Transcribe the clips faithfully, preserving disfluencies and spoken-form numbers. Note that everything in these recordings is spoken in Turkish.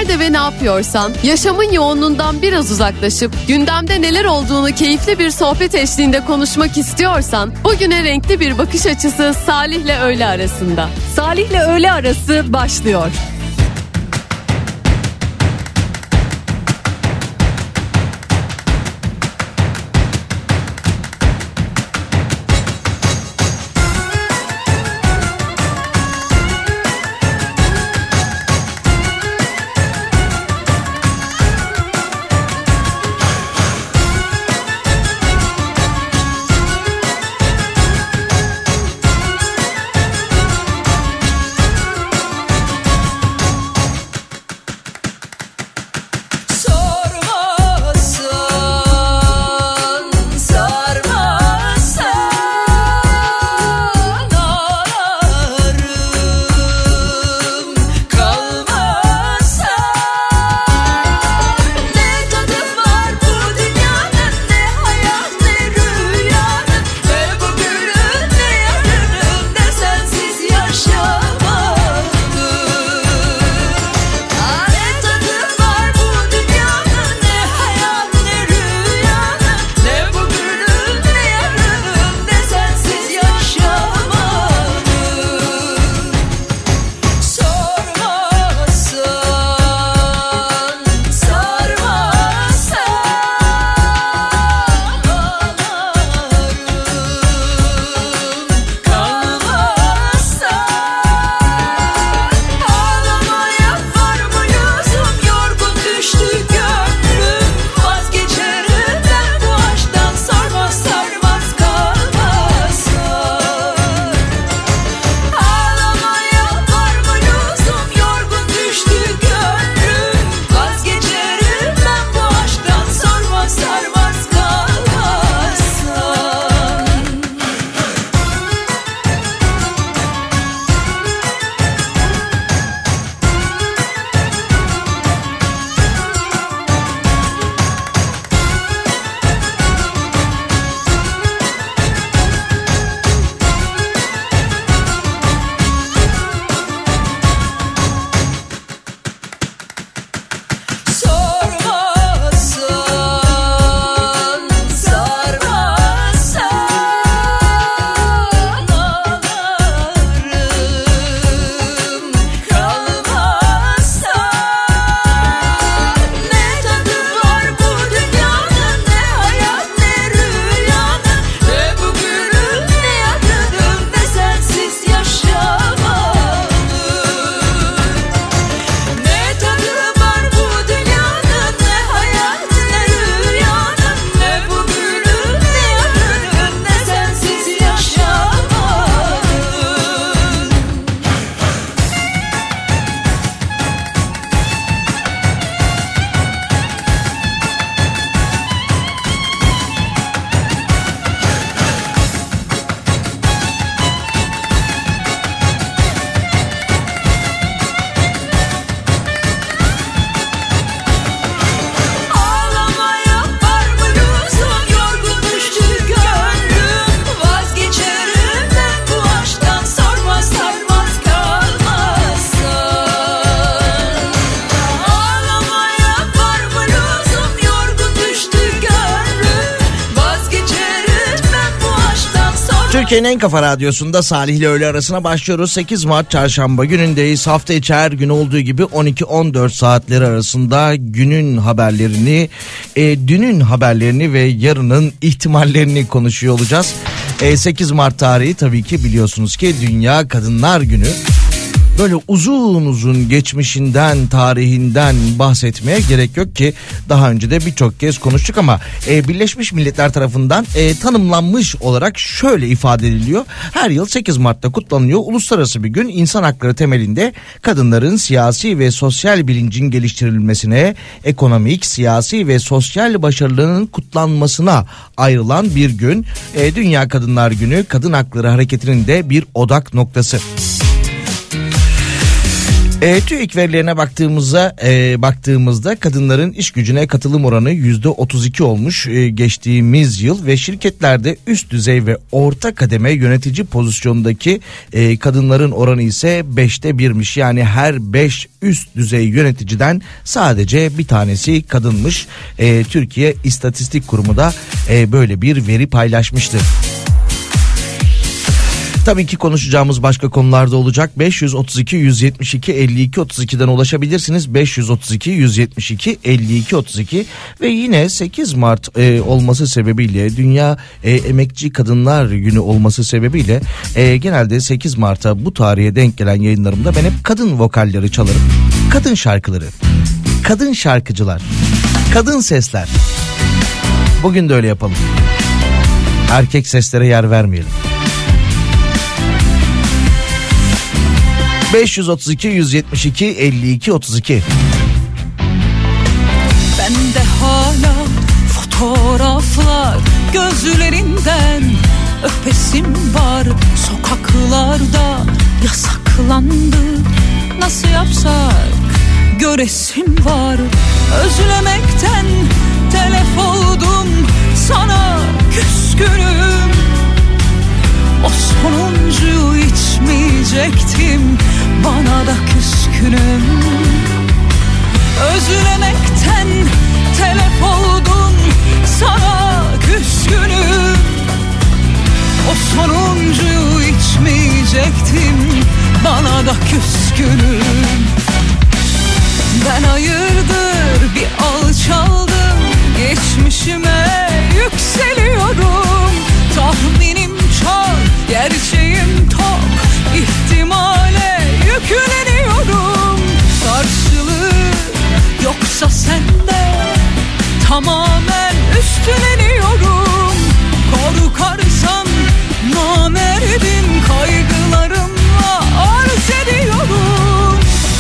Nerede ve ne yapıyorsan, yaşamın yoğunluğundan biraz uzaklaşıp gündemde neler olduğunu keyifli bir sohbet eşliğinde konuşmak istiyorsan, bugüne renkli bir bakış açısı Salih'le öğle arasında. Salih'le öğle arası başlıyor. Türkiye'nin en kafa radyosunda Salih ile öğle arasına başlıyoruz. sekiz Mart çarşamba günündeyiz. Hafta içi her gün olduğu gibi on iki on dört saatleri arasında günün haberlerini, e, dünün haberlerini ve yarının ihtimallerini konuşuyor olacağız. E, sekiz Mart tarihi tabii ki biliyorsunuz ki Dünya Kadınlar Günü. Böyle uzun uzun geçmişinden, tarihinden bahsetmeye gerek yok ki daha önce de birçok kez konuştuk ama e, Birleşmiş Milletler tarafından e, tanımlanmış olarak şöyle ifade ediliyor. Her yıl sekiz Mart'ta kutlanıyor uluslararası bir gün, insan hakları temelinde kadınların siyasi ve sosyal bilincin geliştirilmesine, ekonomik, siyasi ve sosyal başarılarının kutlanmasına ayrılan bir gün. E, Dünya Kadınlar Günü, kadın hakları hareketinin de bir odak noktası. E, TÜİK verilerine baktığımızda e, baktığımızda kadınların iş gücüne katılım oranı yüzde otuz iki olmuş e, geçtiğimiz yıl ve şirketlerde üst düzey ve orta kademe yönetici pozisyondaki e, kadınların oranı ise beşte birmiş. Yani her beş üst düzey yöneticiden sadece bir tanesi kadınmış. E, Türkiye İstatistik Kurumu da e, böyle bir veri paylaşmıştı. Tabii ki konuşacağımız başka konularda olacak. beş yüz otuz iki yüz yetmiş iki elli iki otuz iki'den ulaşabilirsiniz. beş yüz otuz iki yüz yetmiş iki elli iki otuz iki ve yine sekiz Mart e, olması sebebiyle Dünya e, Emekçi Kadınlar Günü olması sebebiyle e, genelde sekiz Mart'a bu tarihe denk gelen yayınlarımda ben hep kadın vokalleri çalarım. Kadın şarkıları, kadın şarkıcılar, kadın sesler. Bugün de öyle yapalım. Erkek seslere yer vermeyelim. beş yüz otuz iki yüz yetmiş iki elli iki otuz iki. Bende hala fotoğraflar gözlerinden öpesim var. Sokaklarda yasaklandı. Nasıl yapsak göresim var. Özlemekten telef oldum, sana küskünüm. O sonuncuyu içmeyecektim, bana da küskünüm. Özlemekten telef oldum, sana küskünüm. O sonuncuyu içmeyecektim, bana da küskünüm. Ben hayırdır bir alçaldım, geçmişime yükseliyorum. Tahminim çok, gerçeğim tok, ihtimale yükleniyorum. Karşılığı yoksa sende, tamamen üstleniyorum. Korkarsam namerdim, kaygılarımla arz ediyorum.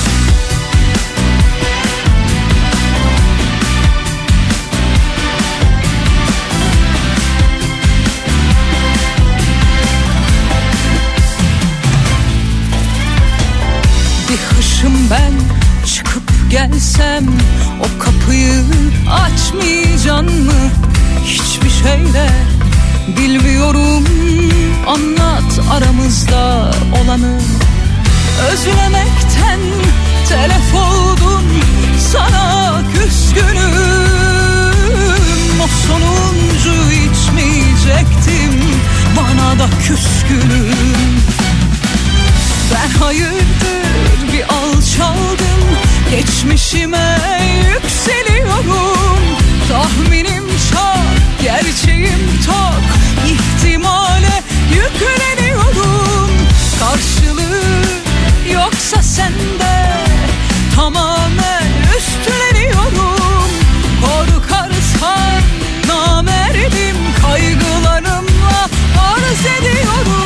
Bir hışım ben çıkıp gelsem, o kapıyı açmayacaksın mı? Hiçbir şeyle bilmiyorum, anlat aramızda olanı. Özlemekten telef oldum, sana küskünüm. O sonuncu içmeyecektim, bana da küskünüm. Ben hayırdır bir alçaldım, geçmişime yükseliyorum. Tahminim çok, gerçeğim tok, ihtimale yükleniyorum. Karşılığı yoksa sende, tamamen üstleniyorum. Korkarsan namerdim, kaygılarımla arz ediyorum.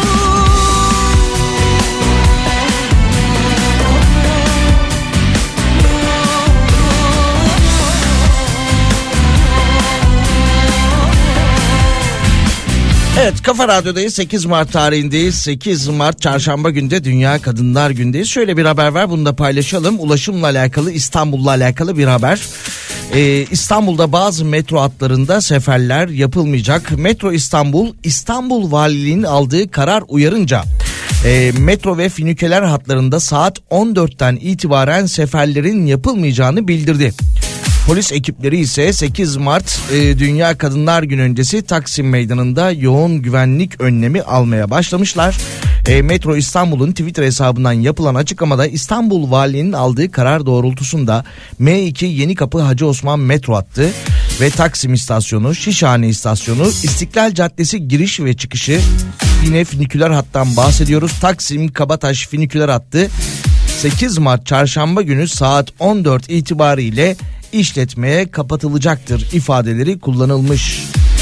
Evet, Kafa Radyo'dayız. sekiz Mart tarihindeyiz. sekiz Mart Çarşamba günde Dünya Kadınlar Günü'ndeyiz. Şöyle bir haber var, bunu da paylaşalım. Ulaşımla alakalı, İstanbul'la alakalı bir haber. Ee, İstanbul'da bazı metro hatlarında seferler yapılmayacak. Metro İstanbul, İstanbul Valiliği'nin aldığı karar uyarınca e, metro ve finiküler hatlarında saat on dörtten itibaren seferlerin yapılmayacağını bildirdi. Polis ekipleri ise sekiz Mart e, Dünya Kadınlar Günü öncesi Taksim Meydanı'nda yoğun güvenlik önlemi almaya başlamışlar. E, Metro İstanbul'un Twitter hesabından yapılan açıklamada İstanbul Valiliğinin aldığı karar doğrultusunda M iki Yenikapı Hacı Osman metro hattı ve Taksim istasyonu, Şişhane istasyonu, İstiklal Caddesi giriş ve çıkışı, yine finiküler hattan bahsediyoruz. Taksim Kabataş finiküler hattı sekiz Mart Çarşamba günü saat on dört itibariyle işletmeye kapatılacaktır ifadeleri kullanılmış.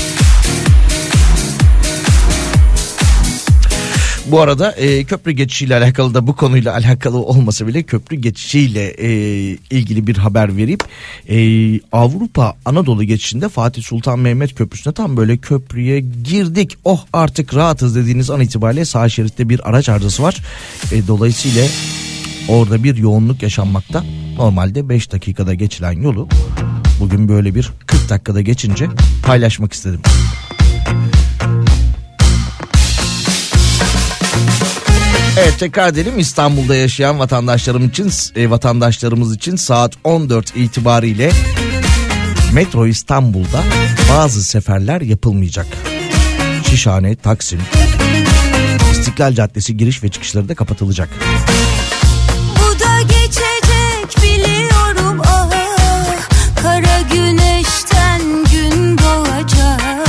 Bu arada e, köprü geçişiyle alakalı da, bu konuyla alakalı olmasa bile köprü geçişiyle e, ilgili bir haber verip e, Avrupa Anadolu geçişinde Fatih Sultan Mehmet Köprüsü'ne tam böyle köprüye girdik, oh artık rahatız dediğiniz an itibariyle sağ şeritte bir araç arızası var. E, dolayısıyla Orada bir yoğunluk yaşanmakta. Normalde beş dakikada geçilen yolu bugün böyle bir kırk dakikada geçince paylaşmak istedim. Evet, tekrar edelim. İstanbul'da yaşayan vatandaşlarım için, e, vatandaşlarımız için saat on dört itibariyle Metro İstanbul'da bazı seferler yapılmayacak. Şişhane, Taksim, İstiklal Caddesi giriş ve çıkışları da kapatılacak. Bu da geçecek biliyorum, ah, kara güneşten gün doğacak.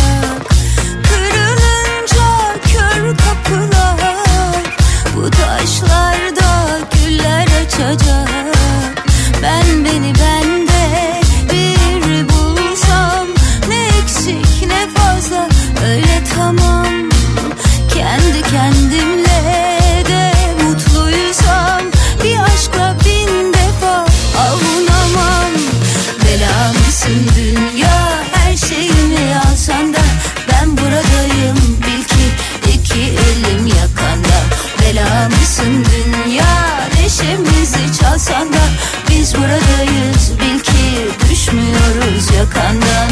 Kırılınca kör kapılar, bu taşlarda güller açacak. Ben beni bende bir bulsam, ne eksik ne fazla, öyle tamam. Kendi kendimle de mutluysam, bir aşkla bin defa avunamam. Belamsın dünya, her şeyimi alsan da ben buradayım, bil ki iki elim yakanda. Belamsın dünya, neşemizi çalsan da biz buradayız, bil ki düşmüyoruz yakandan.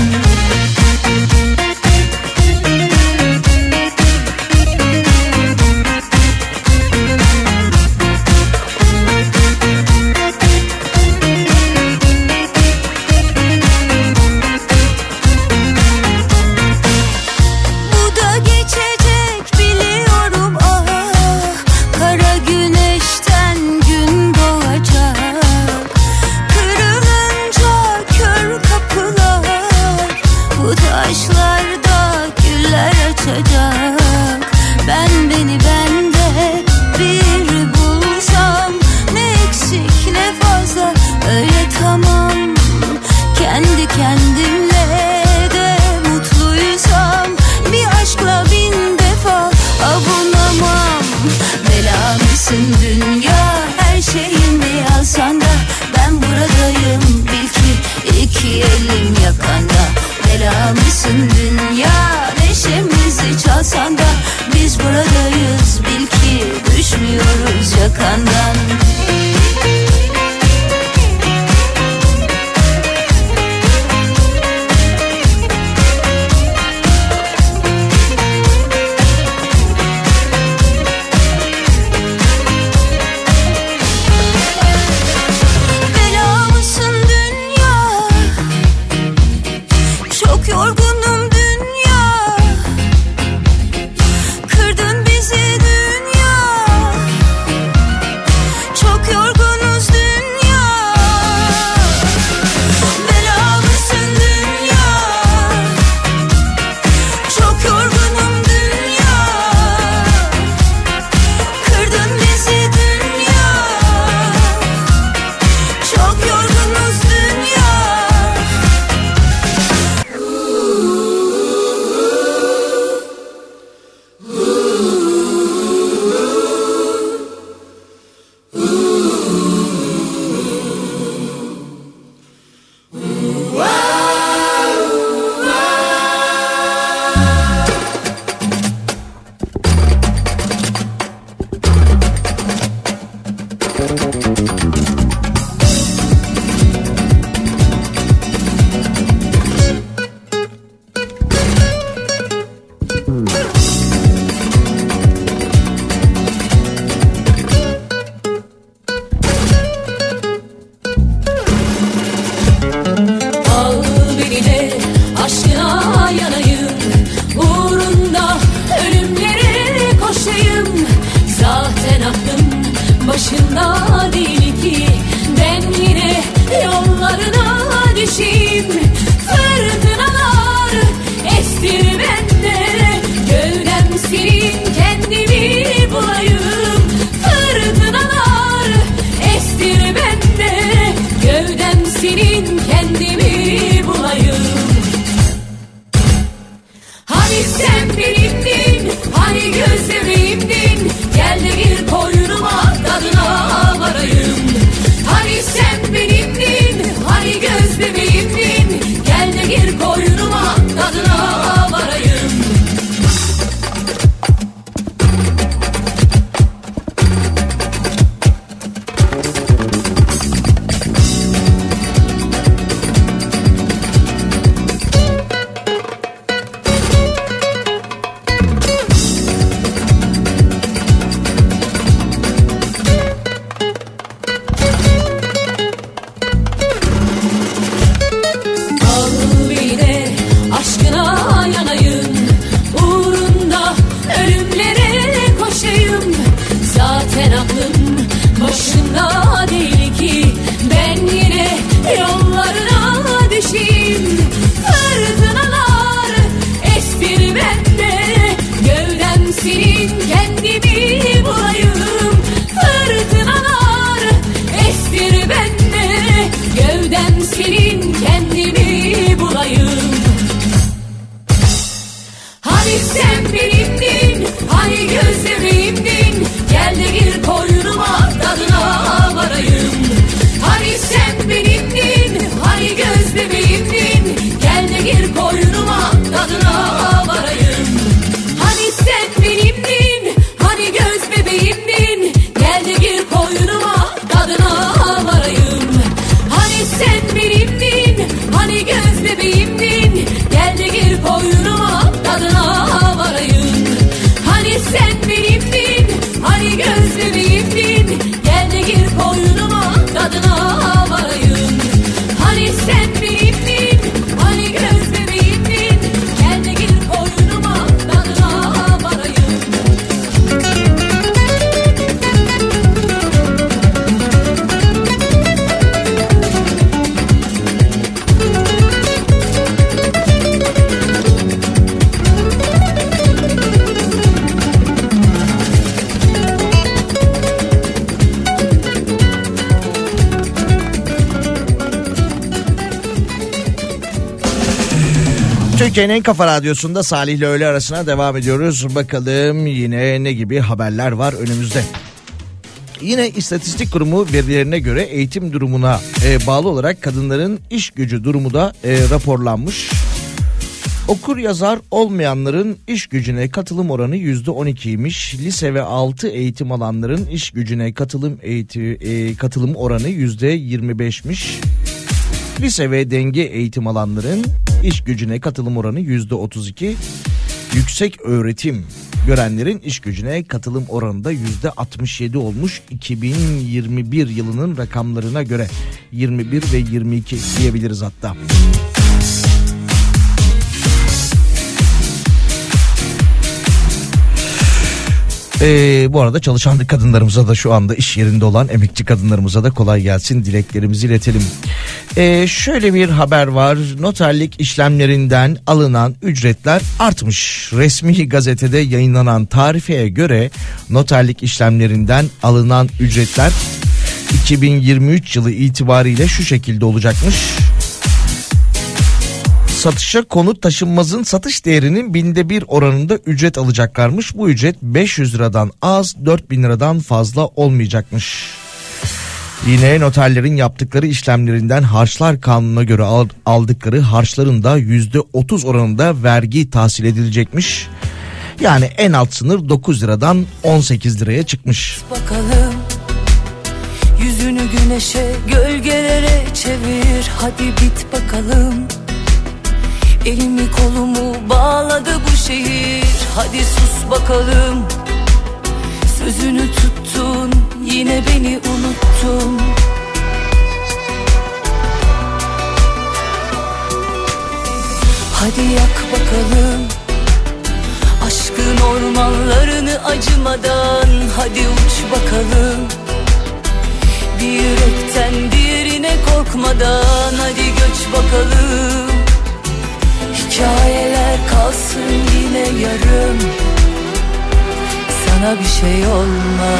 Türkiye'nin en kafa radyosunda Salih ile öğle arasına devam ediyoruz. Bakalım yine ne gibi haberler var önümüzde. Yine İstatistik Kurumu verilerine göre eğitim durumuna e, bağlı olarak kadınların iş gücü durumu da e, raporlanmış. Okur yazar olmayanların iş gücüne katılım oranı yüzde on ikiymiş. Lise ve altı eğitim alanların iş gücüne katılım eğitim, e, katılım oranı yüzde yirmi beşmiş. Lise ve denge eğitim alanların iş gücüne katılım oranı yüzde otuz iki. Yüksek öğretim görenlerin iş gücüne katılım oranı da yüzde altmış yedi olmuş. iki bin yirmi bir yılının rakamlarına göre yirmi bir ve yirmi iki diyebiliriz hatta. Ee, bu arada çalışan kadınlarımıza da, şu anda iş yerinde olan emekçi kadınlarımıza da kolay gelsin dileklerimizi iletelim. Ee, şöyle bir haber var. Noterlik işlemlerinden alınan ücretler artmış. Resmi gazetede yayınlanan tarifeye göre noterlik işlemlerinden alınan ücretler iki bin yirmi üç yılı itibariyle şu şekilde olacakmış. Satışa konut taşınmazın satış değerinin binde bir oranında ücret alacaklarmış. Bu ücret beş yüz liradan az, dört bin liradan fazla olmayacakmış. Yine noterlerin yaptıkları işlemlerinden harçlar kanununa göre aldıkları harçların da yüzde otuz oranında vergi tahsil edilecekmiş. Yani en alt sınır dokuz liradan on sekiz liraya çıkmış. Bakalım yüzünü güneşe, gölgelere çevir, hadi bit bakalım. Elimi kolumu bağladı bu şehir, hadi sus bakalım. Sözünü tuttun, yine beni unuttun. Hadi yak bakalım aşkın ormanlarını acımadan, hadi uç bakalım. Bir yürekten diğerine korkmadan, hadi göç bakalım. Hikayeler kalsın yine yarım, sana bir şey olmaz.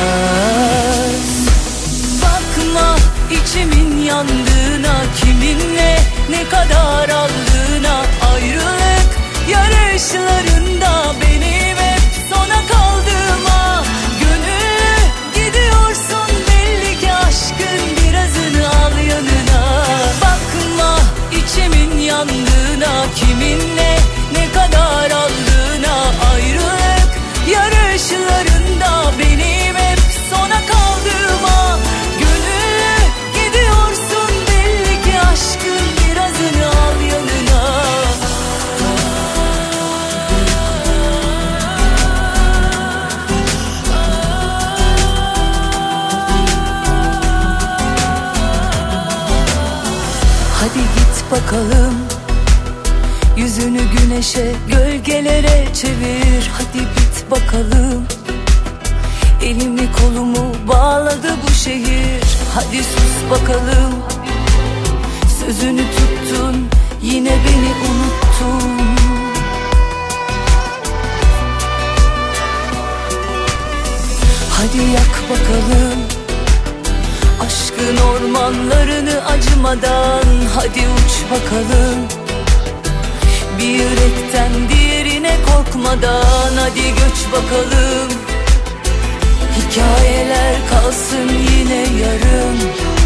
Bakma içimin yandığına, kiminle ne kadar aldığına. Ayrılık yarışlarında benim hep sona kaldığıma. Gönüllü gidiyorsun belli ki, aşkın birazını al yanına. Bakma içimin yandığına, kiminle ne kadar aldığına. Ayrılık yarışlarında benim hep sona kaldığıma. Gönüllü gidiyorsun belli ki, aşkın birazını al yanına. Hadi git bakalım, yüzünü güneşe, gölgelere çevir, hadi bit bakalım. Elimi kolumu bağladı bu şehir, hadi sus bakalım. Sözünü tuttun, yine beni unuttun. Hadi yak bakalım aşkın ormanlarını acımadan, hadi uç bakalım. Bir yürekten diğerine korkmadan, hadi göç bakalım. Hikayeler kalsın yine yarım,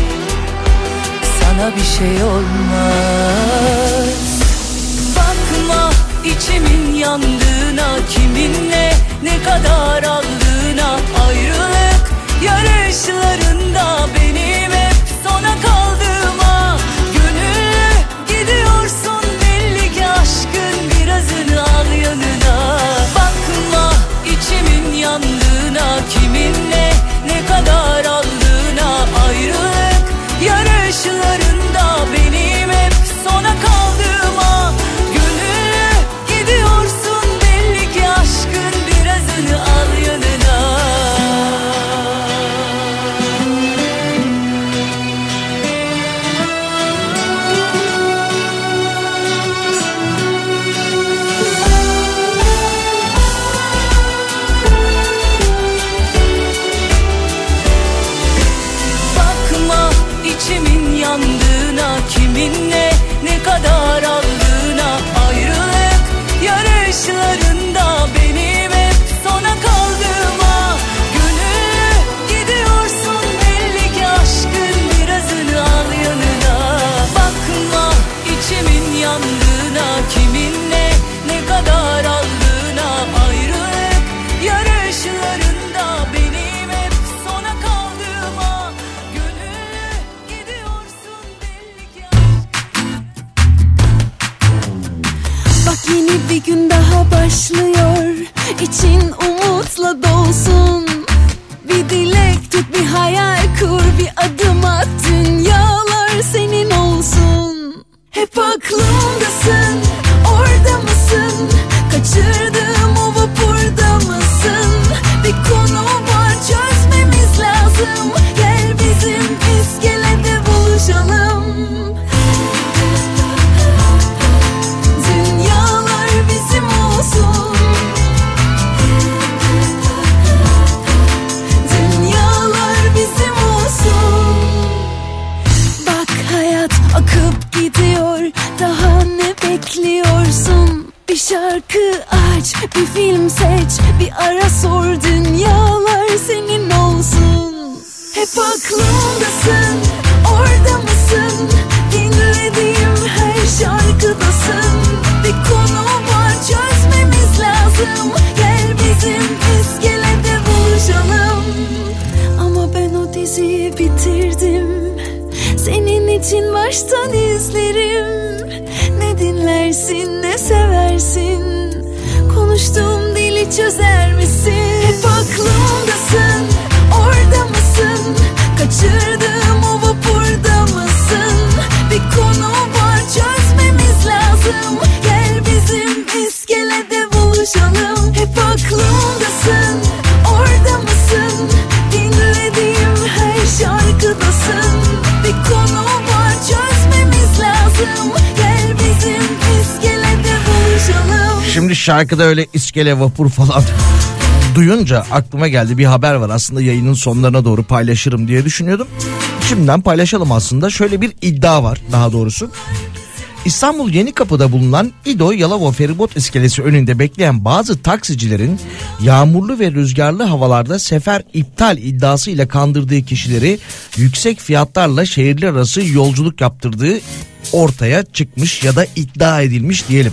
sana bir şey olmaz. Bakma içimin yandığına, kiminle ne kadar aldığına. Ayrılık yarışlarında benim hep sona kaldığıma. Gönüllü gidiyorsun belli ki, aşkın birazını al yanına. Bakma içimin yandığına, kiminle ne kadar aldığına. Ayrılık yarışlarında benim hep sona kaldığıma. Gönüllü gidiyorsun belli ki, aşkın birazını al yanına. bir gün daha başlıyor. İçin umutla dolsun. Bir dilek tut, bir hayal kur, bir adım at, dünyalar senin olsun. Hep aklımdasın, orada mısın? Kaçırdığım o vapurda mısın? Bir konu var, çözmemiz lazım. Gel bizim iskelede buluşalım. Dünyalar bizim olsun. Dünyalar bizim olsun. Bak hayat akıp gidiyor. Daha ne bekliyorsun? Bir şarkı aç, bir film seç, bir ara sor, dünyalar senin olsun. Hep aklımdasın, orada mısın? Dinlediğim her şarkıdasın. Bir konu var, çözmemiz lazım. Gel bizim iskelede buluşalım. Ama ben o diziyi bitirdim. Senin için baştan izlerim. Ne dinlersin, ne seversin? Konuştuğum dili çözer misin? Hep aklımdasın, orada mısın? Kaçırdığım o vapurda mısın? Bir konu var, çözmemiz lazım. Gel bizim iskelede buluşalım. Hep aklımdasın, orada mısın? Dinlediğim her şarkıdasın. Bir konu var, çözmemiz lazım. Gel bizim iskelede buluşalım. Şimdi şarkıda öyle iskele, vapur falan duyunca aklıma geldi, bir haber var. Aslında yayının sonlarına doğru paylaşırım diye düşünüyordum. Şimdiden paylaşalım aslında. Şöyle bir iddia var daha doğrusu. İstanbul Yenikapı'da bulunan İdo Yalova feribot iskelesi önünde bekleyen bazı taksicilerin yağmurlu ve rüzgarlı havalarda sefer iptal iddiasıyla kandırdığı kişileri yüksek fiyatlarla şehirler arası yolculuk yaptırdığı ortaya çıkmış ya da iddia edilmiş diyelim.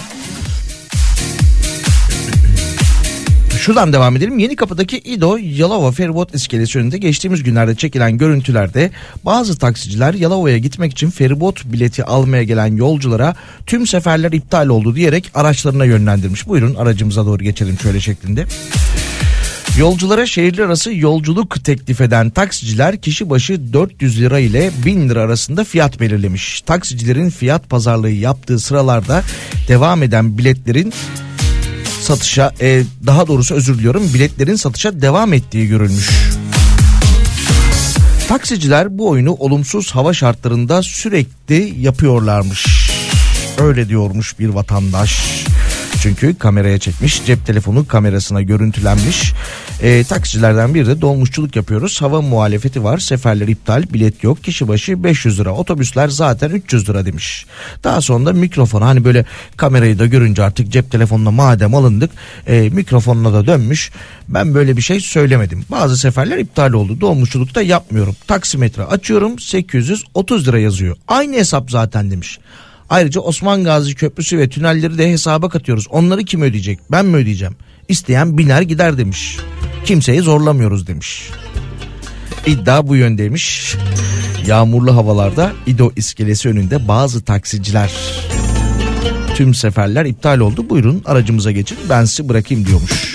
Şuradan devam edelim. Yenikapı'daki İdo Yalova feribot iskelesi önünde geçtiğimiz günlerde çekilen görüntülerde bazı taksiciler Yalova'ya gitmek için feribot bileti almaya gelen yolculara tüm seferler iptal oldu diyerek araçlarına yönlendirmiş. Buyurun aracımıza doğru geçelim şöyle şeklinde. Yolculara şehirler arası yolculuk teklif eden taksiciler kişi başı dört yüz lira ile bin lira arasında fiyat belirlemiş. Taksicilerin fiyat pazarlığı yaptığı sıralarda devam eden biletlerin satışa e, daha doğrusu özür diliyorum biletlerin satışa devam ettiği görülmüş. Taksiciler bu oyunu olumsuz hava şartlarında sürekli yapıyorlarmış. Öyle diyormuş bir vatandaş. Çünkü kameraya çekmiş, cep telefonu kamerasına görüntülenmiş. E, taksicilerden biri de dolmuşçuluk yapıyoruz. Hava muhalefeti var, seferler iptal, bilet yok, kişi başı beş yüz lira. Otobüsler zaten üç yüz lira demiş. Daha sonra da mikrofona hani böyle kamerayı da görünce artık cep telefonuna madem alındık e, mikrofonuna da dönmüş. Ben böyle bir şey söylemedim. Bazı seferler iptal oldu. Dolmuşçulukta yapmıyorum. Taksimetre açıyorum sekiz yüz otuz lira yazıyor. Aynı hesap zaten demiş. Ayrıca Osman Gazi Köprüsü ve tünelleri de hesaba katıyoruz. Onları kim ödeyecek? Ben mi ödeyeceğim? İsteyen biner gider demiş. Kimseyi zorlamıyoruz demiş. İddia bu yöndeymiş. Yağmurlu havalarda İdo iskelesi önünde bazı taksiciler tüm seferler iptal oldu. Buyurun aracımıza geçin ben sizi bırakayım diyormuş.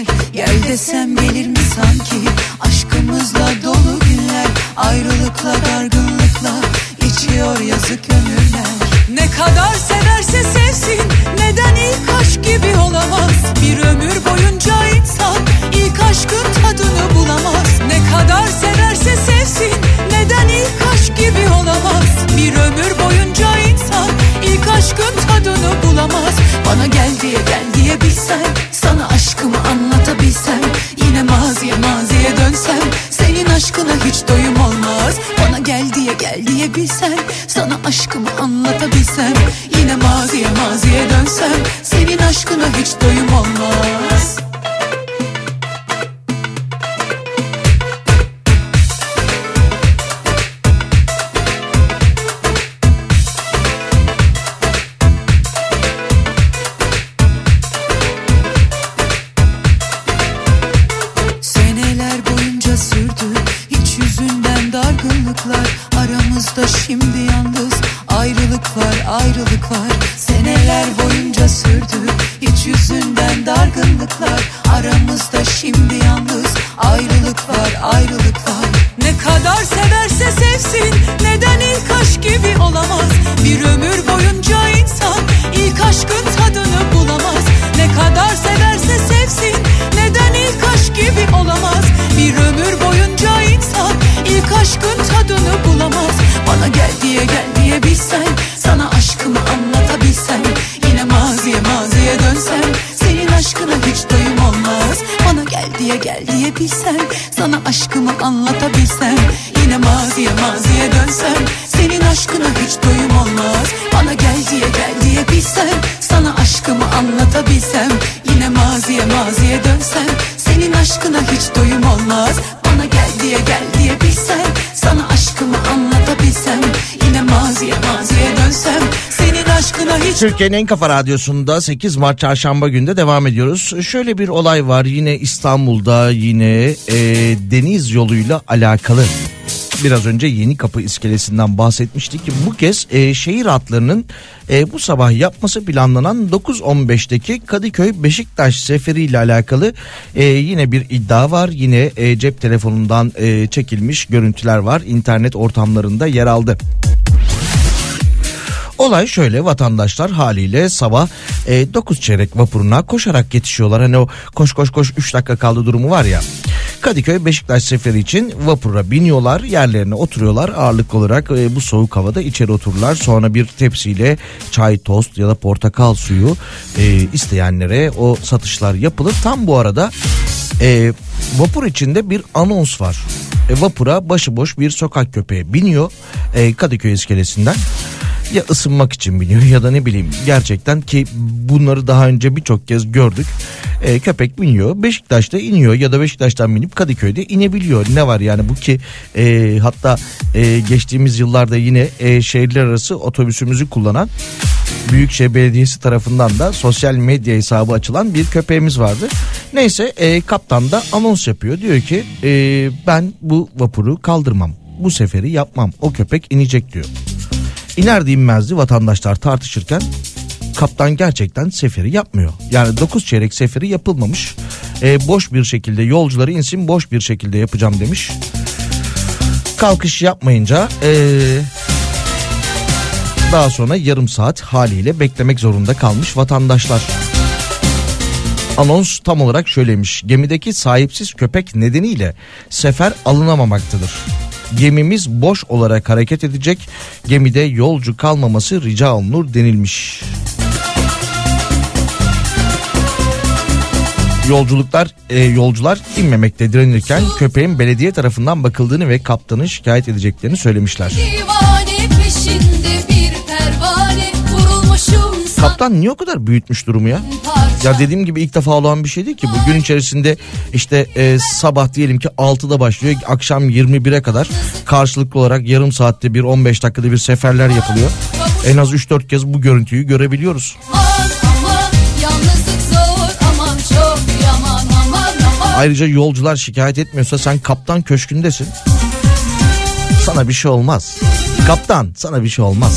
gel. Gel desem gelir mi sanki? Aşkımızla dolu günler, ayrılıkla dargınlıkla geçiyor yazık ömürler. Ne kadar severse sevsin, neden ilk aşk gibi olamaz? Bir ömür boyunca insan ilk aşkın tadını bulamaz. Ne kadar severse sevsin, neden ilk aşk gibi olamaz? Bir ömür boyunca insan ilk aşkın tadını bulamaz. Bana gel diye gel diye bilsen, sana aşkımı anlatabilsem, yine maziye maziye dönsem, senin aşkına hiç doyum olmaz. Bana gel diye gel diye bilsen, sana aşkımı anlatabilsem, yine maziye maziye dönsem, senin aşkına hiç doyum olmaz. Aramızda şimdi yalnız ayrılıklar ayrılıklar, seneler boyunca sürdü hiç yüzünden dargınlıklar. Aramızda şimdi yalnız ayrılıklar ayrılıklar. Ne kadar severse sevsin, neden ilk aşk gibi olamaz? Bir ömür boyunca insan ilk aşkın tadını bulamaz. Ne kadar severse sevsin, neden ilk aşk gibi olamaz? Bir ömür boyunca insan ilk aşkın tadını bulamaz. Bana gel diye gel diye bilsen, sana aşkımı anlatabilsem, yine maziye maziye dönsem, senin aşkına hiç doyum olmaz. Bana gel diye gel diye bilsen, sana aşkımı anlatabilsem, yine maziye maziye dönsem, senin aşkına hiç doyum olmaz. Bana gel diye gel diye bilsen, sana aşkımı anlatabilsem, yine maziye maziye dönsem, senin aşkına hiç doyum olmaz. Bana gel diye gel diye bilsen, sana aşkımı anlatabilsem, yine maziye maziye dönsem, senin aşkına hiç... Türkiye'nin en kafa radyosunda sekiz Mart çarşamba günde devam ediyoruz. Şöyle bir olay var yine İstanbul'da, yine e, deniz yoluyla alakalı. Biraz önce Yenikapı iskelesinden bahsetmiştik ki bu kez e, şehir hatlarının e, bu sabah yapması planlanan dokuz on beşteki Kadıköy Beşiktaş seferiyle alakalı e, yine bir iddia var. Yine e, cep telefonundan e, çekilmiş görüntüler var, internet ortamlarında yer aldı. Olay şöyle, vatandaşlar haliyle sabah e, dokuz çeyrek vapuruna koşarak yetişiyorlar. Hani o koş koş koş üç dakika kaldı durumu var ya. Kadıköy Beşiktaş seferi için vapura biniyorlar, yerlerine oturuyorlar. Ağırlıklı olarak e, bu soğuk havada içeri otururlar. Sonra bir tepsiyle çay, tost ya da portakal suyu e, isteyenlere o satışlar yapılır. Tam bu arada e, vapur içinde bir anons var. E, vapura başıboş bir sokak köpeği biniyor e, Kadıköy iskelesinden. Ya ısınmak için biniyor ya da ne bileyim, gerçekten ki bunları daha önce birçok kez gördük. E, köpek biniyor, Beşiktaş'ta iniyor ya da Beşiktaş'tan binip Kadıköy'de inebiliyor. Ne var yani bu ki e, hatta e, geçtiğimiz yıllarda yine e, şehirler arası otobüsümüzü kullanan Büyükşehir Belediyesi tarafından da sosyal medya hesabı açılan bir köpeğimiz vardı. Neyse e, kaptan da anons yapıyor, diyor ki e, ben bu vapuru kaldırmam, bu seferi yapmam, o köpek inecek diyor. İnerdi inmezdi vatandaşlar tartışırken kaptan gerçekten seferi yapmıyor. Yani dokuz çeyrek seferi yapılmamış. E, boş bir şekilde yolcuları insin, boş bir şekilde yapacağım demiş. Kalkış yapmayınca e, daha sonra yarım saat haliyle beklemek zorunda kalmış vatandaşlar. Anons tam olarak şöyleymiş: gemideki sahipsiz köpek nedeniyle sefer alınamamaktadır. Gemimiz boş olarak hareket edecek. Gemide yolcu kalmaması rica olunur denilmiş. Yolculuklar e, yolcular inmemekte direnirken köpeğin belediye tarafından bakıldığını ve kaptanı şikayet edeceklerini söylemişler. Kaptan niye o kadar büyütmüş durumu ya? Ya dediğim gibi ilk defa olan bir şey değil ki. Bu gün içerisinde işte e, sabah diyelim ki altıda başlıyor, akşam yirmi bire kadar karşılıklı olarak yarım saatte bir, on beş dakikada bir seferler yapılıyor. En az üç dört kez bu görüntüyü görebiliyoruz. Ayrıca yolcular şikayet etmiyorsa sen kaptan köşkündesin. Sana bir şey olmaz. Kaptan, sana bir şey olmaz.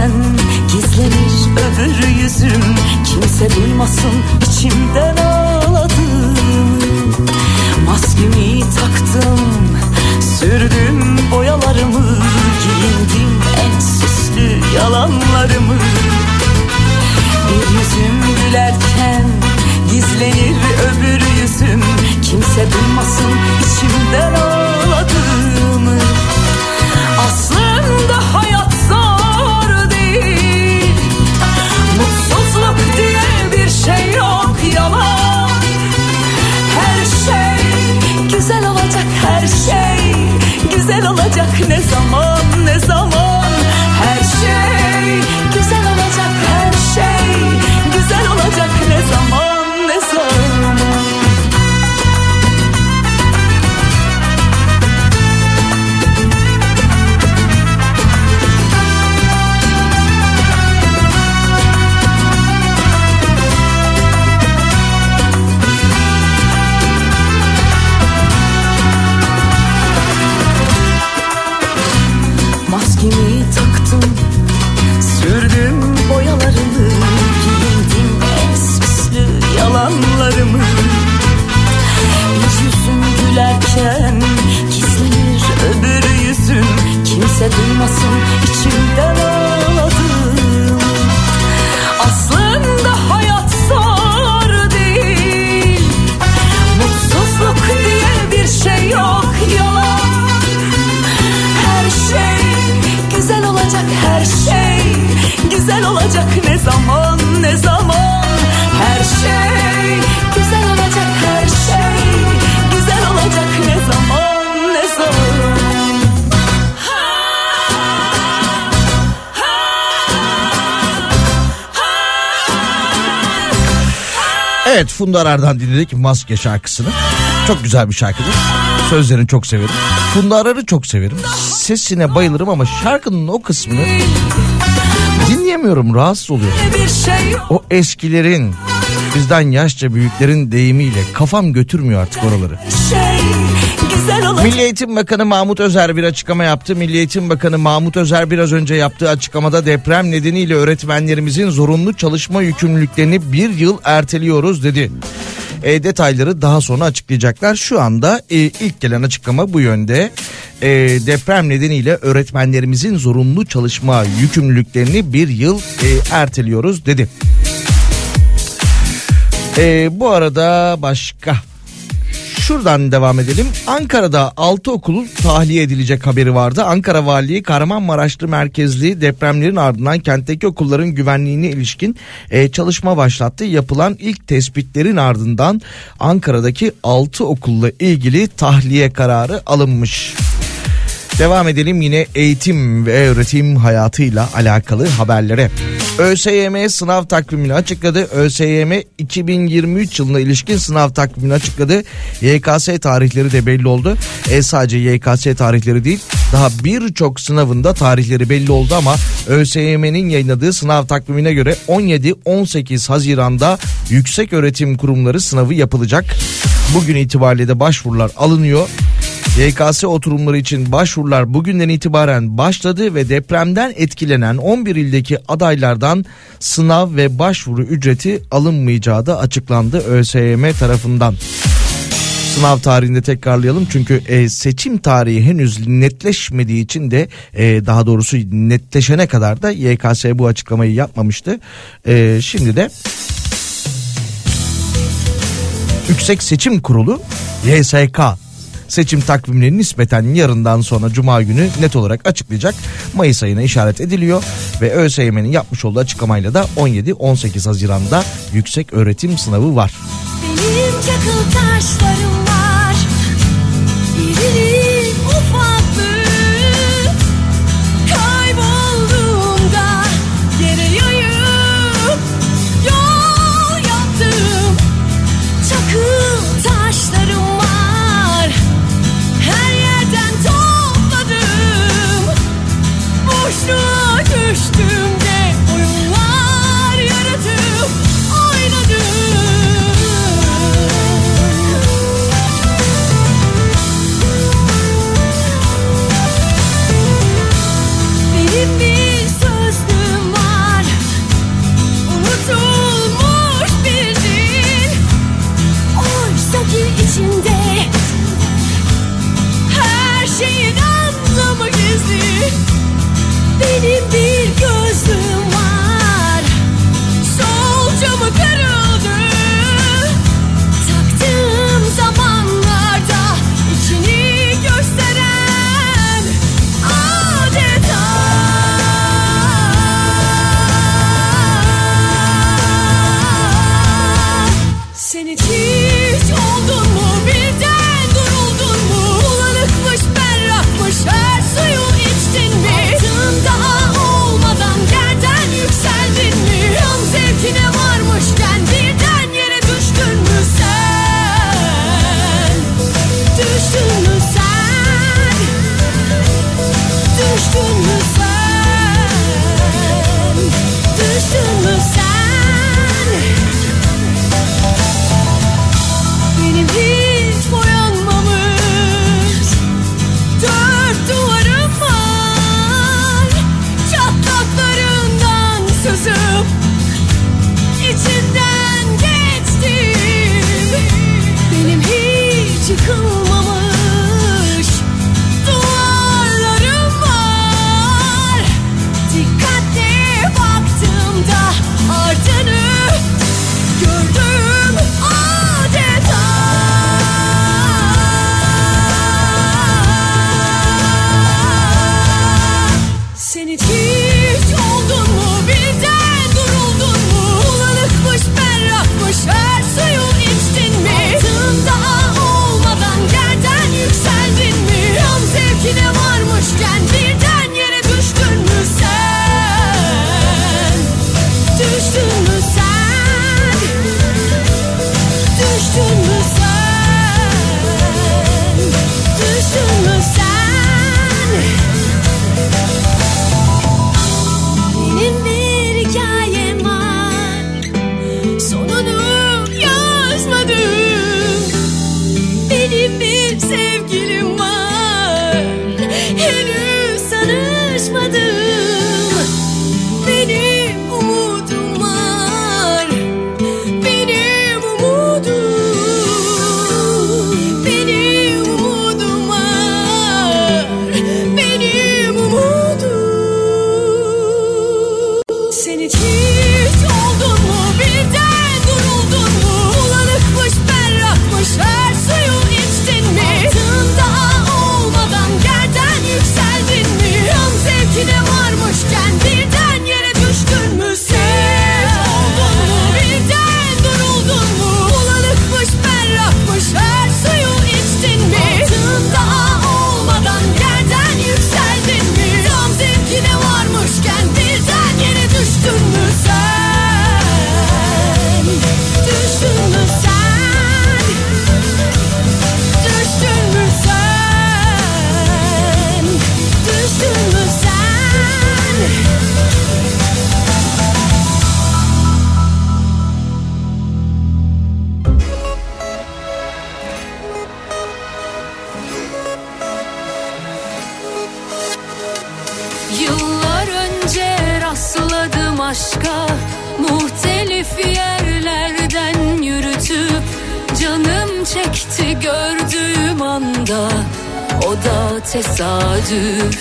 gülerken gizlenir öbür yüzüm. Kimse duymasın içimden ağladım. Maskemi taktım, sürdüm boyalarımı, giyindim en süslü yalanlarımı. Bir yüzüm gülerken gizlenir öbür yüzüm. Kimse duymasın içimden ağladığımı. Aslında hayat zor değil, mutsuzluk diye bir şey yok, yalan. Her şey güzel olacak, her şey güzel olacak. Ne zaman, ne zaman. Her şey güzel olacak, her şey güzel olacak. Ne zaman, ne zaman. Maskemi taktım, sürdüm boyalarımı, giyindim en süslü yalanlarımı. Bir yüzüm gülerken gizlenir öbür yüzüm. Kimse duymasın içimden ağladım. Aslında hayat zor değil, mutsuzluk diye bir şey yok, yalan. Her şey güzel olacak, her şey güzel olacak. Ne zaman, ne zaman. Her şey güzel olacak, her şey güzel olacak. Ne zaman, ne zaman. Evet, Funda Arar'dan dinledik Maske şarkısını. Çok güzel bir şarkıdır. Sözlerini çok severim. Funda Arar'ı çok severim. Sesine bayılırım ama şarkının o kısmını dinleyemiyorum, rahatsız oluyorum. O eskilerin, bizden yaşça büyüklerin deyimiyle kafam götürmüyor artık oraları. Milli Eğitim Bakanı Mahmut Özer bir açıklama yaptı. Milli Eğitim Bakanı Mahmut Özer biraz önce yaptığı açıklamada deprem nedeniyle öğretmenlerimizin zorunlu çalışma yükümlülüklerini bir yıl erteliyoruz dedi. E, detayları daha sonra açıklayacaklar. Şu anda e, ilk gelen açıklama bu yönde. E, deprem nedeniyle öğretmenlerimizin zorunlu çalışma yükümlülüklerini bir yıl e, erteliyoruz dedi. E, bu arada başka... Şuradan devam edelim. Ankara'da altı okul tahliye edilecek haberi vardı. Ankara Valiliği Kahramanmaraşlı merkezli depremlerin ardından kentteki okulların güvenliğine ilişkin e, çalışma başlattı. Yapılan ilk tespitlerin ardından Ankara'daki altı okulla ilgili tahliye kararı alınmış. Devam edelim yine eğitim ve öğretim hayatıyla alakalı haberlere. ÖSYM sınav takvimini açıkladı. ÖSYM iki bin yirmi üç yılına ilişkin sınav takvimini açıkladı. Y K S tarihleri de belli oldu. E sadece Y K S tarihleri değil, daha birçok sınavın da tarihleri belli oldu ama ÖSYM'nin yayınladığı sınav takvimine göre on yedi on sekiz Haziran'da yükseköğretim kurumları sınavı yapılacak. Bugün itibariyle de başvurular alınıyor. Y K S oturumları için başvurular bugünden itibaren başladı ve depremden etkilenen on bir ildeki adaylardan sınav ve başvuru ücreti alınmayacağı da açıklandı ÖSYM tarafından. Sınav tarihinde tekrarlayalım çünkü e, seçim tarihi henüz netleşmediği için de e, daha doğrusu netleşene kadar da Y K S bu açıklamayı yapmamıştı. E, şimdi de Yüksek Seçim Kurulu Y S K seçim takvimlerini nispeten yarından sonra Cuma günü net olarak açıklayacak. Mayıs ayına işaret ediliyor ve ÖSYM'nin yapmış olduğu açıklamayla da on yedi on sekiz Haziran'da yüksek öğretim sınavı var. Benim çakıl taşlarım var, irili ufaklı, kaybolduğumda yere yayıp yol yaptım. Çakıl taşlarım var, her yerden topladım. Boşluğa düştüğümde oyunlar yaratıp oynadım. hiç hiç oldun mu? Birden duruldun mu? Bulanıkmış berrakmış her suyu içtin mi? Altında olmadan yerden yükseldin mi? Yan zevki de varmışken birden yere düştün mü? Ses oldun mu? Birden duruldun mu? Bulanıkmış berrakmış her suyu içtin mi? Altında olmadan yerden yükseldin mi? Yan zevki de varmışken birden yere düştün mü sen? Düştün mü sen? Düştün mü sen? Düştün mü sen? Yıllar önce rastladım aşka, muhtelif yerlerden yürütüp canım çekti gördüğüm anda, o da tesadüf.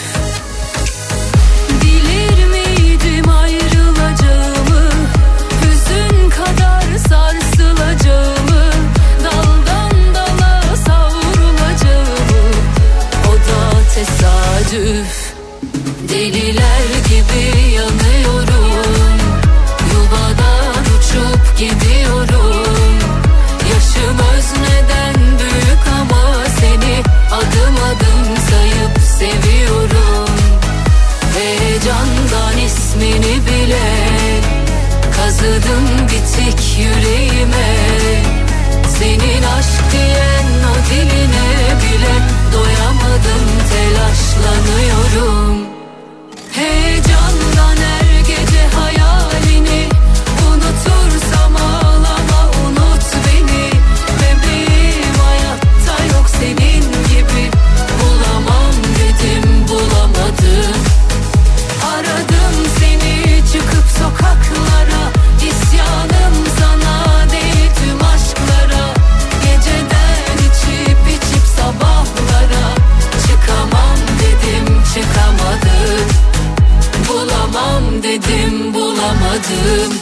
Bilir miydim ayrılacağımı, hüzün kadar sarsılacağımı, daldan dala savrulacağımı, o da tesadüf. Deliler gibi yanıyorum, yuvadan uçup gidiyorum. Yaşım özneden büyük ama seni adım adım sayıp seviyorum. Heyecandan ismini bile kazıdım bitik yüreğime. Senin aşk diyen o diline bile doyamadım, telaşlanıyorum. Heyecandan her gece hayalini unutursam ağlama, unut beni. Bebeğim hayatta yok senin gibi, bulamam dedim bulamadım. Aradım seni çıkıp sokaklara, isyanım sana değil tüm aşklara. Geceden içip içip sabahlara, çıkamam dedim çıkamadım. Bulamam dedim bulamadım.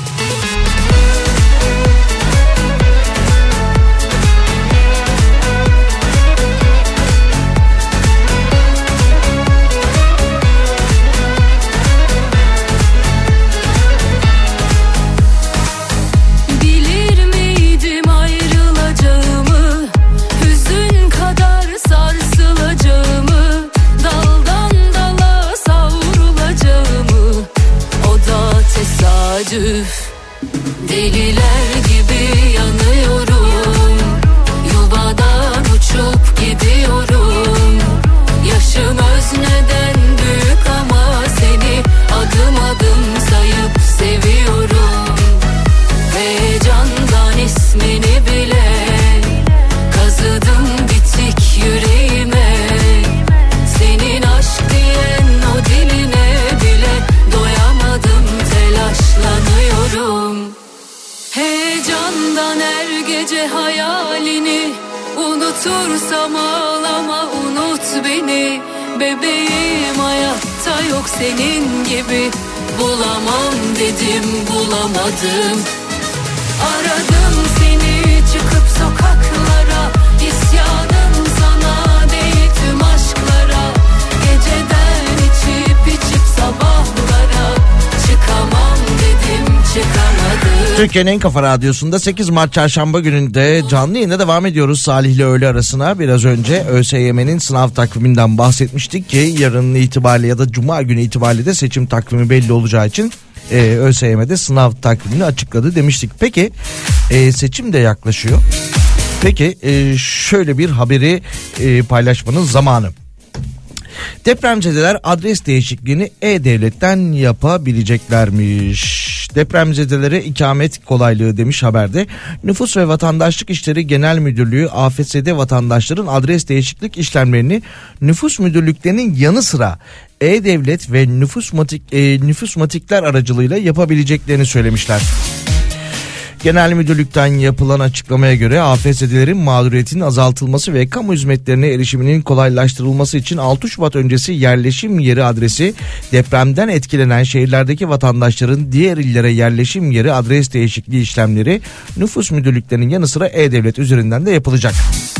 Bilir miydim ayrılacağımı, hüzün kadar sarsılacağımı, daldan dala savrulacağımı, o da tesadüf. Deliler gibi yanıyorum, yuvadan uçup gidiyorum. Yaşım özneden büyük ama seni adım adım sayıp seviyorum. Heyecandan ismini bile kazıdım bitik yüreğime. Senin aşk diyen o diline bile doyamadım, telaşlanıyorum. Heyecandan her gece hayalini unutursam ağlama, unut beni. Bebeğim hayatta yok senin gibi, bulamam dedim bulamadım. Aradım seni çıkıp sokaklara, isyanım sana değil tüm aşklara. Geceden içip içip sabahlara, çıkamam dedim çıkamadım. Türkiye'nin en kafa radyosunda sekiz Mart çarşamba gününde canlı yayına devam ediyoruz Salih ile öğle arasına. Biraz önce ÖSYM'nin sınav takviminden bahsetmiştik ki yarın itibariyle ya da cuma günü itibariyle de seçim takvimi belli olacağı için e, ÖSYM'de sınav takvimini açıkladı demiştik. Peki e, seçim de yaklaşıyor. Peki e, şöyle bir haberi e, paylaşmanın zamanı. Depremzedeler adres değişikliğini E-Devlet'ten yapabileceklermiş. Depremzedelere ikamet kolaylığı demiş haberde. Nüfus ve Vatandaşlık İşleri Genel Müdürlüğü A F S D vatandaşların adres değişiklik işlemlerini nüfus müdürlüklerinin yanı sıra E-Devlet ve nüfus matik, e, nüfus matikler aracılığıyla yapabileceklerini söylemişler. Genel Müdürlük'ten yapılan açıklamaya göre afetzedelerin mağduriyetinin azaltılması ve kamu hizmetlerine erişiminin kolaylaştırılması için altı Şubat öncesi yerleşim yeri adresi, depremden etkilenen şehirlerdeki vatandaşların diğer illere yerleşim yeri adres değişikliği işlemleri nüfus müdürlüklerinin yanı sıra E-Devlet üzerinden de yapılacak.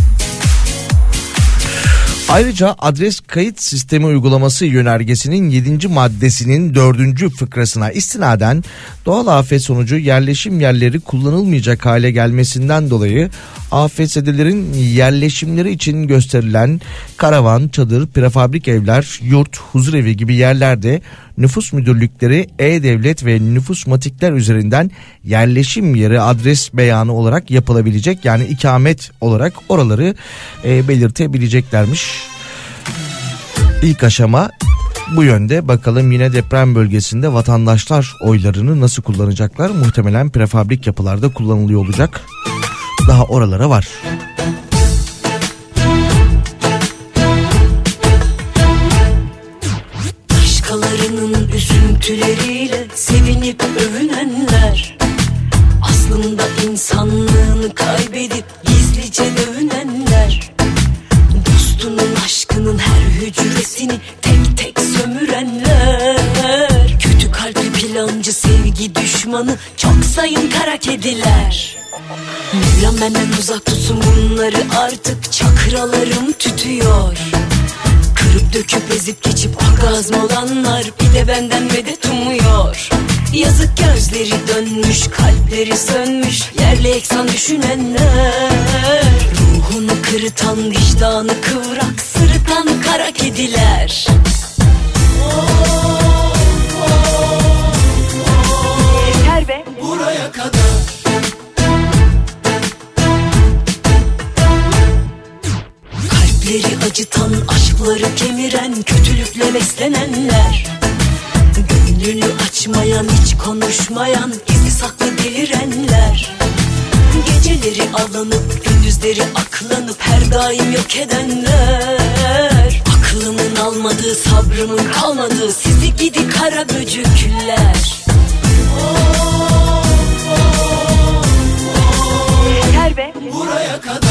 Ayrıca adres kayıt sistemi uygulaması yönergesinin yedinci maddesinin dördüncü fıkrasına istinaden doğal afet sonucu yerleşim yerleri kullanılmayacak hale gelmesinden dolayı afetzedelerin yerleşimleri için gösterilen karavan, çadır, prefabrik evler, yurt, huzurevi gibi yerlerde nüfus müdürlükleri E-Devlet ve nüfusmatikler üzerinden yerleşim yeri adres beyanı olarak yapılabilecek, yani ikamet olarak oraları e, belirtebileceklermiş. İlk aşama bu yönde. Bakalım yine deprem bölgesinde vatandaşlar oylarını nasıl kullanacaklar? Muhtemelen prefabrik yapılarda kullanılıyor olacak. Daha oralara var. Başkalarının üzüntüleriyle sevinip övünenler, aslında insanlığını kaybedip gizlice dövünenler, dostunun aşkının her hücresini tek tek sömürenler, kötü kalpli plancı, sevgi düşmanı çok sayın kara kediler. Mevlam benden uzak tutsun bunları, artık çakralarım tütüyor. Kırıp döküp ezip geçip orgazm olanlar bir de benden medet umuyor. Yazık gözleri dönmüş, kalpleri sönmüş, yerle eksan düşünenler, ruhunu kırıtan, vicdanı kıvrak, sırıtan kara kediler. Yeter be. Buraya kadar. Kalpleri acıtan, aşkları kemiren, kötülükle beslenenler, gönlünü açmayan, hiç konuşmayan, gizli saklı delirenler, geceleri alınıp gündüzleri aklanıp her daim yok edenler, aklımın almadığı, sabrımın kalmadığı sizi gidi kara böcükler. Yeter be. Buraya kadar.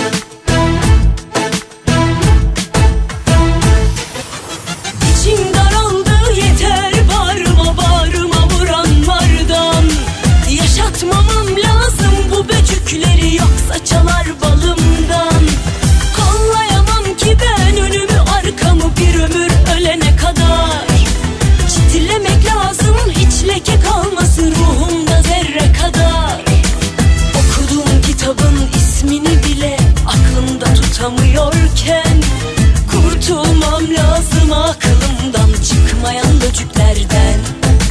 İçim daraldı, yeter bağırma bağırma vuranlardan. Yaşatmamam lazım bu böcükleri, yoksa çalar balımdan. Kollayamam ki ben önümü arkamı bir ömür ölene kadar. Çitilemek lazım, hiç leke kalmasın ruhumda zerre kadar. Okuduğum kitabın ismini bile aklımda tutamıyorken, kurtulmam lazım aklımdan çıkmayan böcüklerden.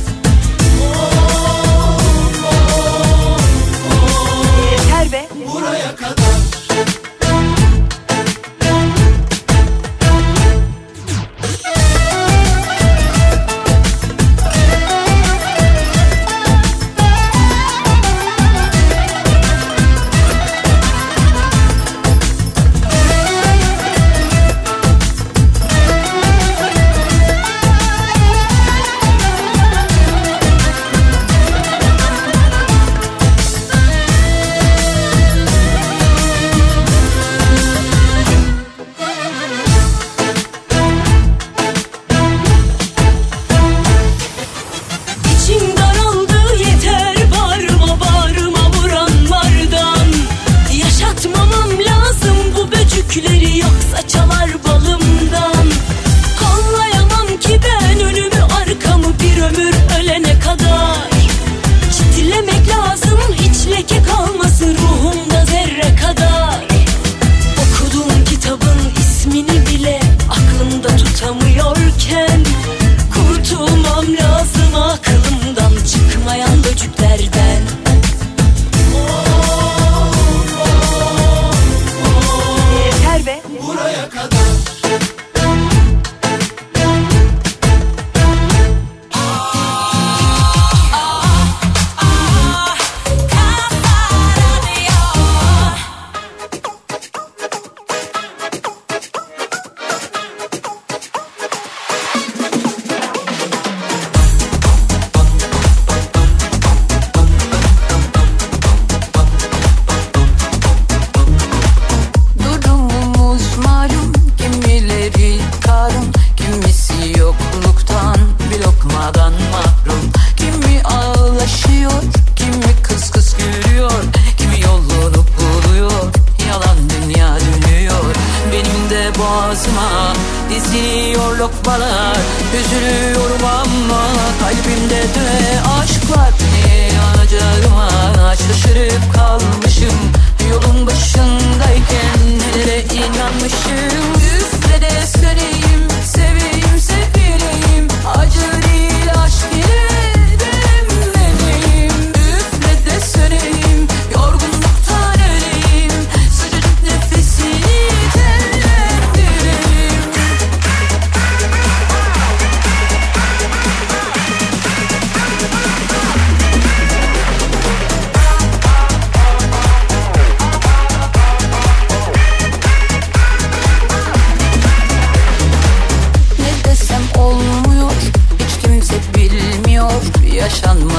Yeter be. Buraya kadar.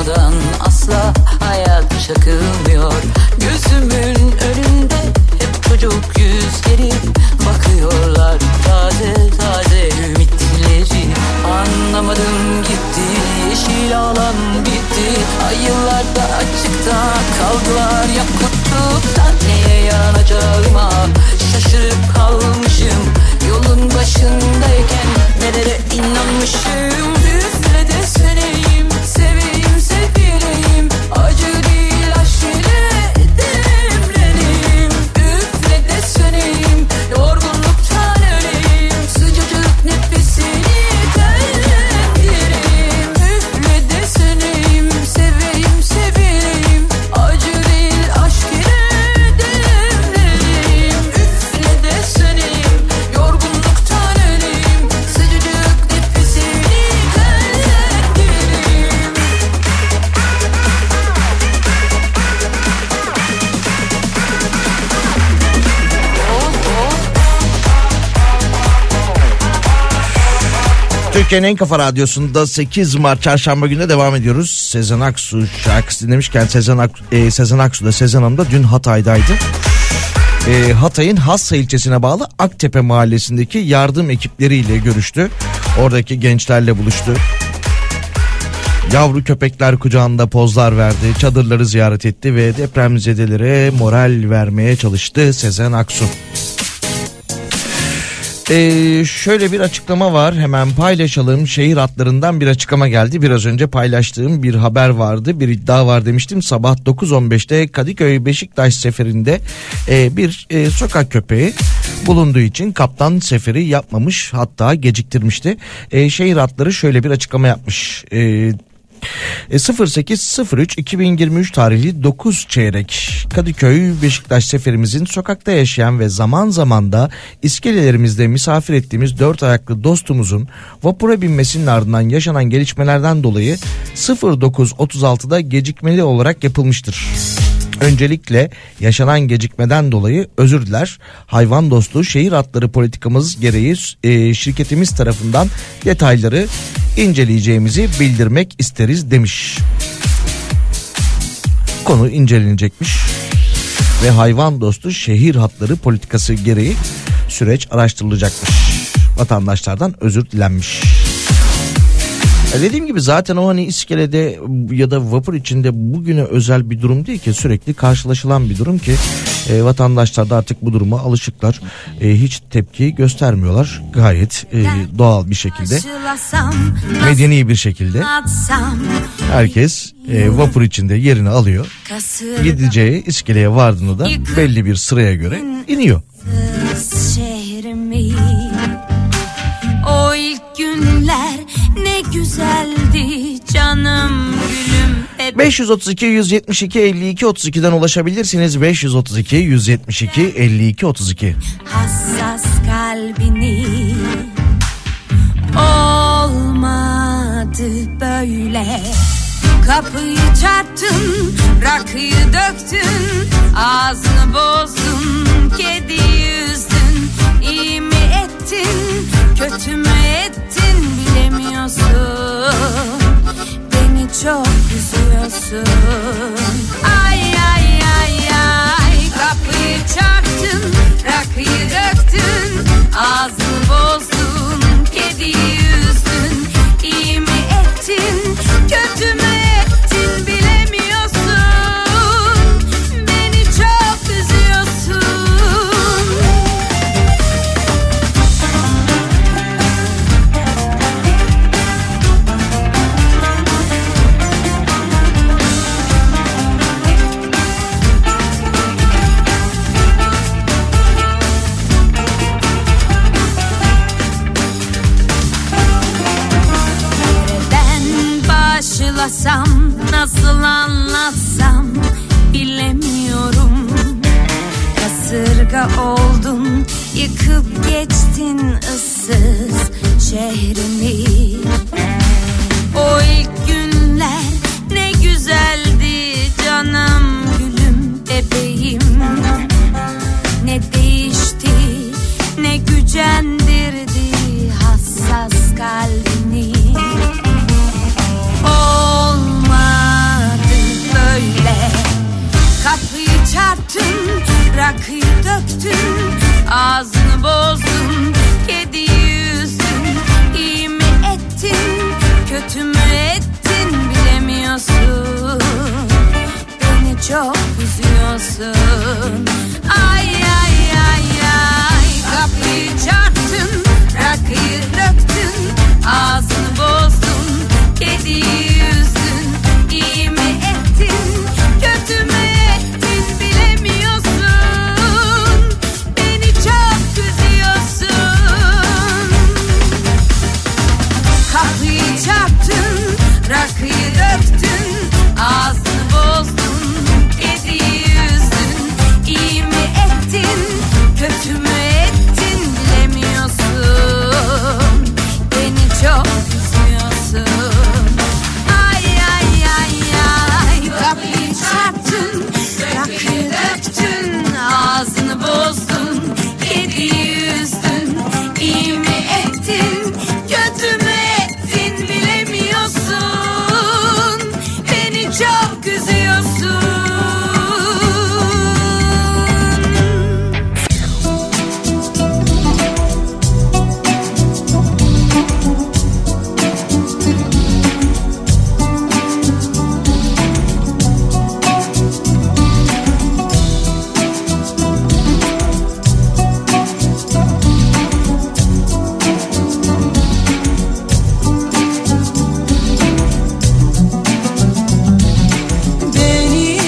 olmadan asla hayat çakılmıyor. Gözümün önünde hep çocuk yüzleri bakıyorlar, taze taze ümitleri. Anlamadım gitti, yeşil alan bitti. Ay yıllarda açıkta kaldılar ya kutluktan. Neye yanacağıma şaşırıp kalmışım. Yolun başındayken nelere inanmışım. Üfle de söneyim, seveyim sevileyim. Acı değil aşk ile demleneyim. Üfle de söneyim, yorgunluktan öleyim. Sıcacık nefesini terlendireyim. Üfle de söneyim, seveyim sevileyim. Acı değil aşk ile demleneyim. Üfle de söneyim, yorgunluktan öleyim. Sıcacık nefesini terlendireyim. Türkiye'nin en kafa radyosunda sekiz Mart çarşamba günü devam ediyoruz. Sezen Aksu şarkısı dinlemişken Sezen, Ak e, Sezen Aksu da Sezen Hanım da dün Hatay'daydı. E, Hatay'ın Hassa ilçesine bağlı Aktepe mahallesindeki yardım ekipleriyle görüştü. Oradaki gençlerle buluştu. Yavru köpekler kucağında pozlar verdi, çadırları ziyaret etti ve depremzedelere moral vermeye çalıştı Sezen Aksu. Ee, şöyle bir açıklama var, hemen paylaşalım. Şehir hatlarından bir açıklama geldi. Biraz önce paylaştığım bir haber vardı, bir iddia var demiştim. Sabah dokuz on beşte Kadıköy Beşiktaş seferinde e, bir e, sokak köpeği bulunduğu için kaptan seferi yapmamış, hatta geciktirmişti. E, şehir hatları şöyle bir açıklama yapmış. E, sıfır sekiz sıfır üç iki bin yirmi üç tarihli dokuz çeyrek Kadıköy Beşiktaş seferimizin sokakta yaşayan ve zaman zaman da iskelelerimizde misafir ettiğimiz dört ayaklı dostumuzun vapura binmesinin ardından yaşanan gelişmelerden dolayı sıfır dokuz otuz altıda gecikmeli olarak yapılmıştır. Öncelikle yaşanan gecikmeden dolayı özür diler. Hayvan dostu şehir hatları politikamız gereği e, şirketimiz tarafından detayları inceleyeceğimizi bildirmek isteriz demiş. Konu incelenecekmiş ve hayvan dostu şehir hatları politikası gereği süreç araştırılacakmış. Vatandaşlardan özür dilenmiş. Dediğim gibi zaten o hani iskelede ya da vapur içinde bugüne özel bir durum değil ki, sürekli karşılaşılan bir durum ki e, vatandaşlar da artık bu duruma alışıklar. E, hiç tepki göstermiyorlar. Gayet e, doğal bir şekilde, medeni bir şekilde herkes e, vapur içinde yerini alıyor. Gideceği iskeleye vardığında da belli bir sıraya göre iniyor. Şehrimi, o ilk günler ne güzeldi canım gülüm. beş yüz otuz iki yüz yetmiş iki elli iki otuz iki'den ulaşabilirsiniz. beş yüz otuz iki yüz yetmiş iki elli iki otuz iki. Hassas kalbini olmadı böyle. Kapıyı çarptın, rakıyı döktün, ağzını bozdun, kedi yüzdün. İyi mi ettin, kötü mü ettin bilemiyorsun. Beni çok üzüyorsun. Ay ay ay ay, kapıyı çarptın, rakıyı döktün, ağzını bozdun, kedi yüzdün. İyi mi ettin, kötü mü ettin bilemiyorsun. Beni çok üzüyorsun. Başlasam, nasıl anlatsam bilemiyorum. Kasırga oldun, yıkıp geçtin ıssız şehrimi. O ilk günler ne güzeldi canım gülüm bebeğim. Ne değişti, ne gücendirdi hassas kalbini. Olmadı üzüyorsun. Ay ay ay ay, kapıyı çarptın, rakıyı döktün, ağzını bozdun, kediyi üzdün. İyi mi ettin, kötü mü ettin bilemiyorsun. Beni çok üzüyorsun. Kapıyı çarptın, rakıyı döktün, ağzını bozdun, kediyi üzdün. İyi mi ettin, kötü mü ettin bilemiyorsun. Beni çok üzüyorsun. Ay ay ay ay, kapıyı çarptın, rakıyı döktün, ağzını bozdun, kediyi üzdün. İyi mi ettin, kötü mü ettin bilemiyorsun. Beni çok üzüyorsun. Beni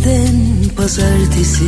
günlerden pazartesi.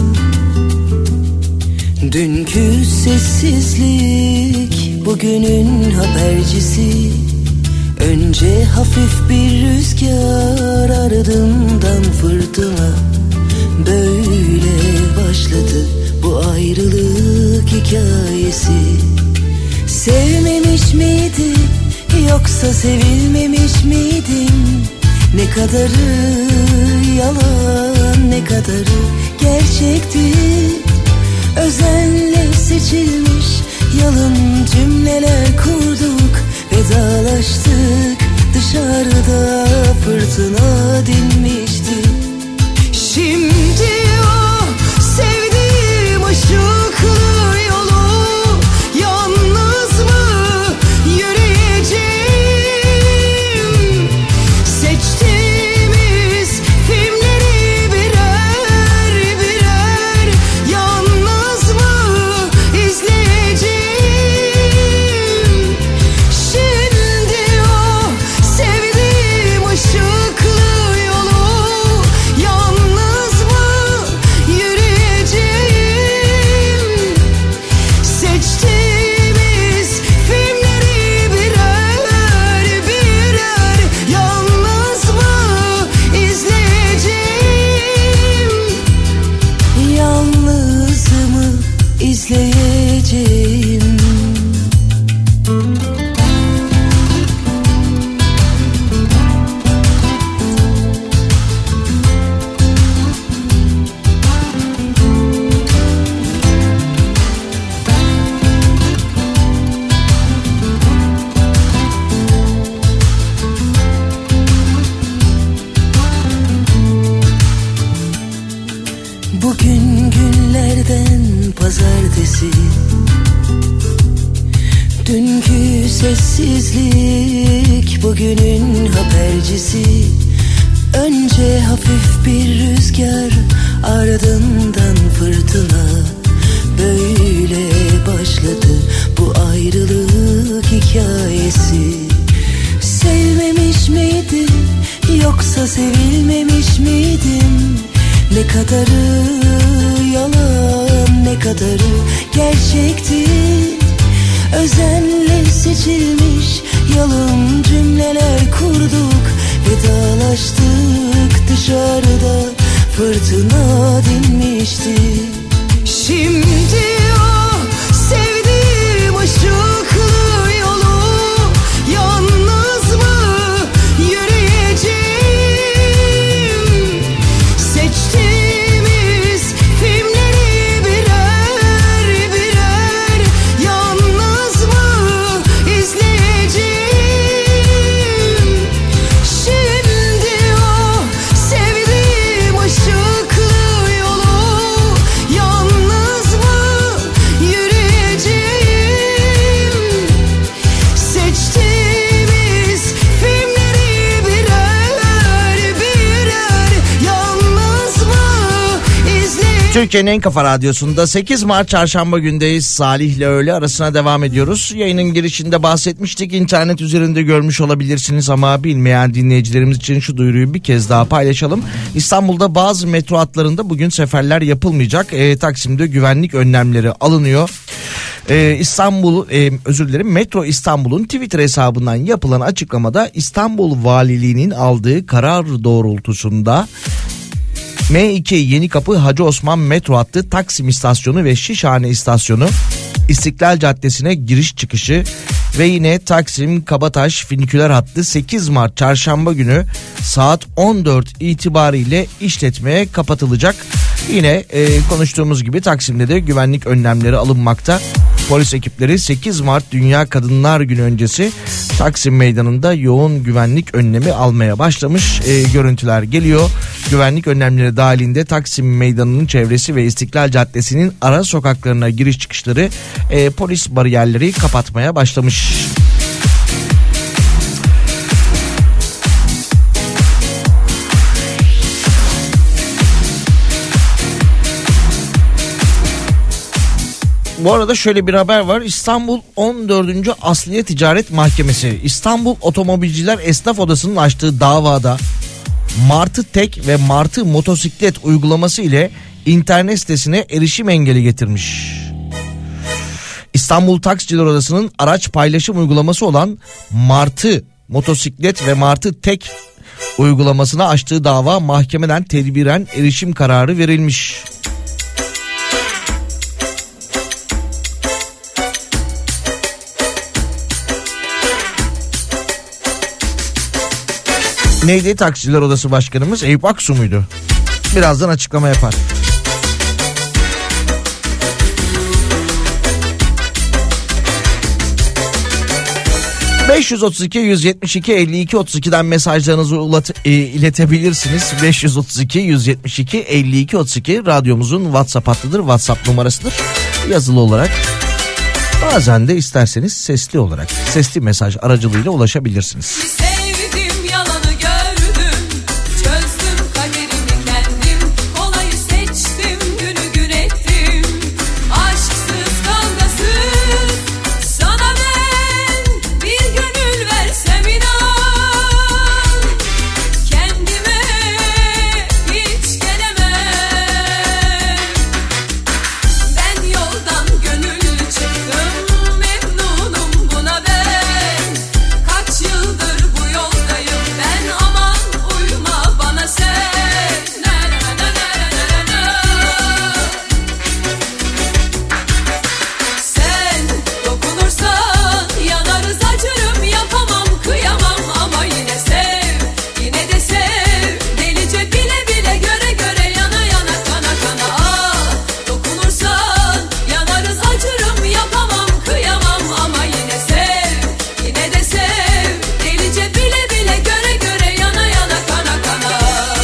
Dünkü sessizlik bugünün habercisi. Önce hafif bir rüzgar, ardından fırtına. Böyle başladı bu ayrılık hikayesi. Sevmemiş miydi yoksa sevilmemiş miydim? Ne kadarı yalan, ne kadarı gerçekti. Özenle seçilmiş yalın cümleler kurduk. Vedalaştık, dışarıda fırtına dinmişti. Şimdi o sevdiğim ışıklı yolu yalnız mı yürüyeceğim? Seçtiğimiz filmleri birer birer yalnız mı izleyeceğim? Şimdi o sevdiğim ışıklı yolu yalnız mı yürüyeceğim? Seçtiğimiz filmleri birer birer yalnız mı izleyeceğim? Yalnız mı izleyeceğim? Bugün günlerden pazartesi. Dünkü sessizlik bugünün habercisi. Önce hafif bir rüzgar, ardından fırtına. Böyle başladı bu ayrılık hikayesi. Sevmemiş miydi yoksa sevilmemiş miydim? Ne kadarı yalan, ne kadarı gerçekti. Özenle seçilmiş yalın cümleler kurduk. Vedalaştık, dışarıda fırtına dinmişti. Şimdi o sevdiğim ışıklı yolu yalnız mı yürüyeceğim? Seçtiğimiz filmleri birer birer yalnız mı izleyeceğim? Şimdi o sevdiğim ışıklı yolu yalnız mı yürüyeceğim? Seçtiğimiz filmleri birer birer yalnız mı izleyeceğim? Türkiye'nin en kafa radyosunda sekiz Mart çarşamba gündeyiz. Salih ile öğle arasına devam ediyoruz. Yayının girişinde bahsetmiştik. İnternet üzerinde görmüş olabilirsiniz ama bilmeyen dinleyicilerimiz için şu duyuruyu bir kez daha paylaşalım. İstanbul'da bazı metro hatlarında bugün seferler yapılmayacak. E, Taksim'de güvenlik önlemleri alınıyor. E, İstanbul e, özür dilerim Metro İstanbul'un Twitter hesabından yapılan açıklamada İstanbul Valiliği'nin aldığı karar doğrultusunda M iki Yenikapı Hacı Osman metro hattı Taksim istasyonu ve Şişhane istasyonu İstiklal Caddesi'ne giriş çıkışı ve yine Taksim Kabataş Finiküler hattı sekiz Mart çarşamba günü saat on dört itibariyle işletmeye kapatılacak. Yine e, konuştuğumuz gibi Taksim'de de güvenlik önlemleri alınmakta. Polis ekipleri sekiz Mart Dünya Kadınlar Günü öncesi Taksim Meydanı'nda yoğun güvenlik önlemi almaya başlamış. E, görüntüler geliyor. Güvenlik önlemleri dahilinde Taksim Meydanı'nın çevresi ve İstiklal Caddesi'nin ara sokaklarına giriş çıkışları e, polis bariyerleri kapatmaya başlamış. Bu arada şöyle bir haber var. İstanbul on dördüncü Asliye Ticaret Mahkemesi İstanbul Otomobilciler Esnaf Odası'nın açtığı davada Martı Tek ve Martı Motosiklet uygulaması ile internet sitesine erişim engeli getirmiş. İstanbul Taksiciler Odası'nın araç paylaşım uygulaması olan Martı Motosiklet ve Martı Tek uygulamasına açtığı dava mahkemeden tedbiren erişim kararı verilmiş. Neydi Taksiciler Odası Başkanımız? Eyüp Aksu muydu? Birazdan açıklama yapar. beş otuz iki yüz yetmiş iki elli iki otuz iki'den mesajlarınızı ulat, e, iletebilirsiniz. beş otuz iki yüz yetmiş iki elli iki otuz iki radyomuzun WhatsApp hattıdır, WhatsApp numarasıdır. Yazılı olarak, bazen de isterseniz sesli olarak, sesli mesaj aracılığıyla ulaşabilirsiniz. Sevdim, yalanı gördüm, çözdüm kaderimi kendim, kolayı seçtim, günü gün ettim, aşksız kavgasız, sana ben bir gönül versem inan, kendime hiç gelemem, ben yoldan gönüllü çıktım, memnunum buna ben, kaç yıldır bu yoldayım ben, aman uyma bana sen, na na na na na na na. Sen dokunursan yanarız, acırım, yapamam, kıyamam, ama yine sev, yine de sev, delice bile bile, göre göre, yana yana, kana kana. Ah, dokunursan yanarız, acırım, yapamam, kıyamam, ama yine sev, yine de sev, delice bile bile, göre göre, yana yana, kana kana.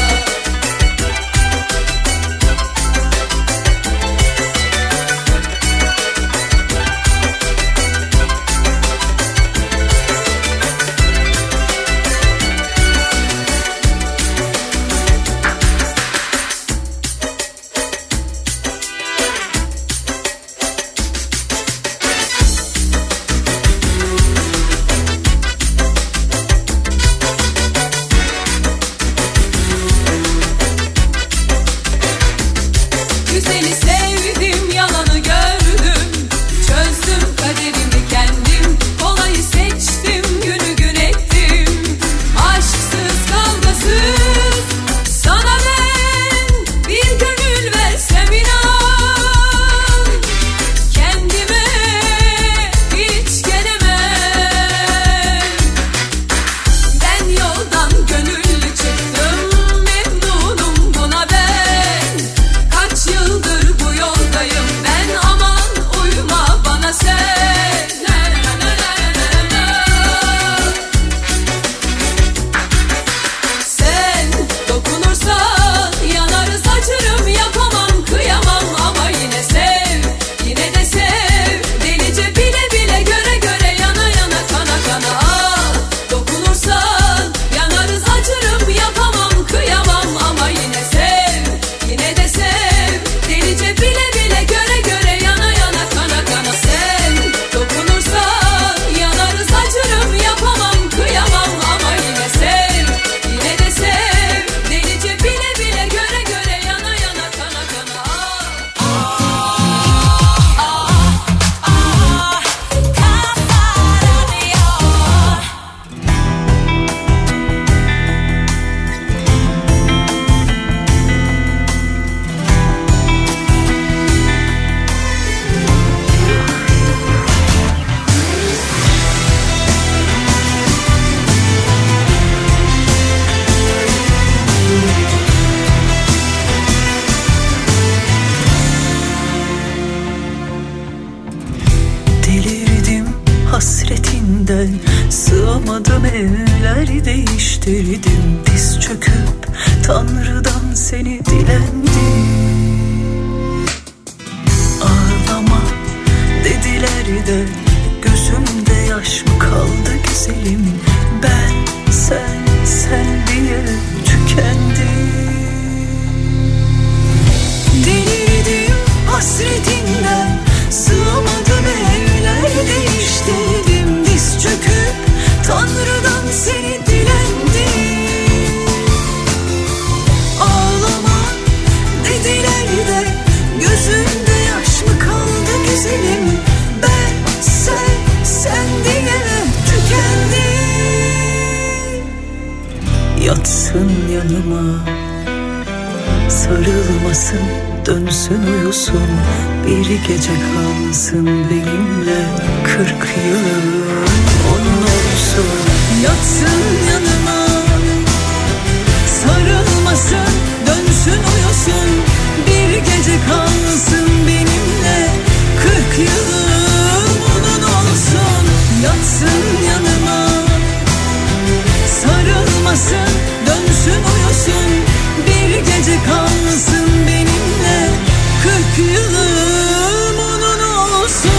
Güzeli sevdim, yalanı gördüm, çözdüm kaderimi kendim, kolayı seçtim, günü gün ettim, aşksız kavgasız, sana ben bir gönül versem inan, kendime hiç gelemem, ben yoldan gönüllü çıktım, memnunum buna ben, kaç yıldır bu yoldayım ben, aman uyma bana sen, na na na na na na. Sen dokunursan yanarız, acırım, yapamam, kıyamam, ama yine sev, yine de sev, delice bile bile, göre göre, yana yana, kana kana. Ah, dokunursan yanarız, acırım, yapamam, kıyamam, ama yine sev, yine de sev, delice bile bile, göre göre, yana yana, kana kana. Sen dokunursan yanarız, acırım, yapamam, kıyamam, ama yine sev, yine de sev, delice bile bile, göre göre, yana yana, kana kana. Delirdim hasretinden, sığamadım, evler değiştirdim, diz çöküp Tanrı'dan seni dilendim. Ağlama dediler de, gözümde yaş mı kaldı güzelim, ben sen sen diye tükendim. Delirdim hasretinden, sığamadım, evler değiştirdim, diz çöküp Tanrı'dan seni dilendim. yatsın yanıma. Sarılmasın, dönsün uyusun, bir gece kalsın benimle. Kırk yıl onun olsun, yatsın yanıma. Sarılmasın, dönsün uyusun, bir gece kalsın benimle. Kırk yılım onun olsun, yatsın yanıma. Sarılmasın, dönsün uyusun, bir gece kalsın benimle. Kırk yılım onun olsun.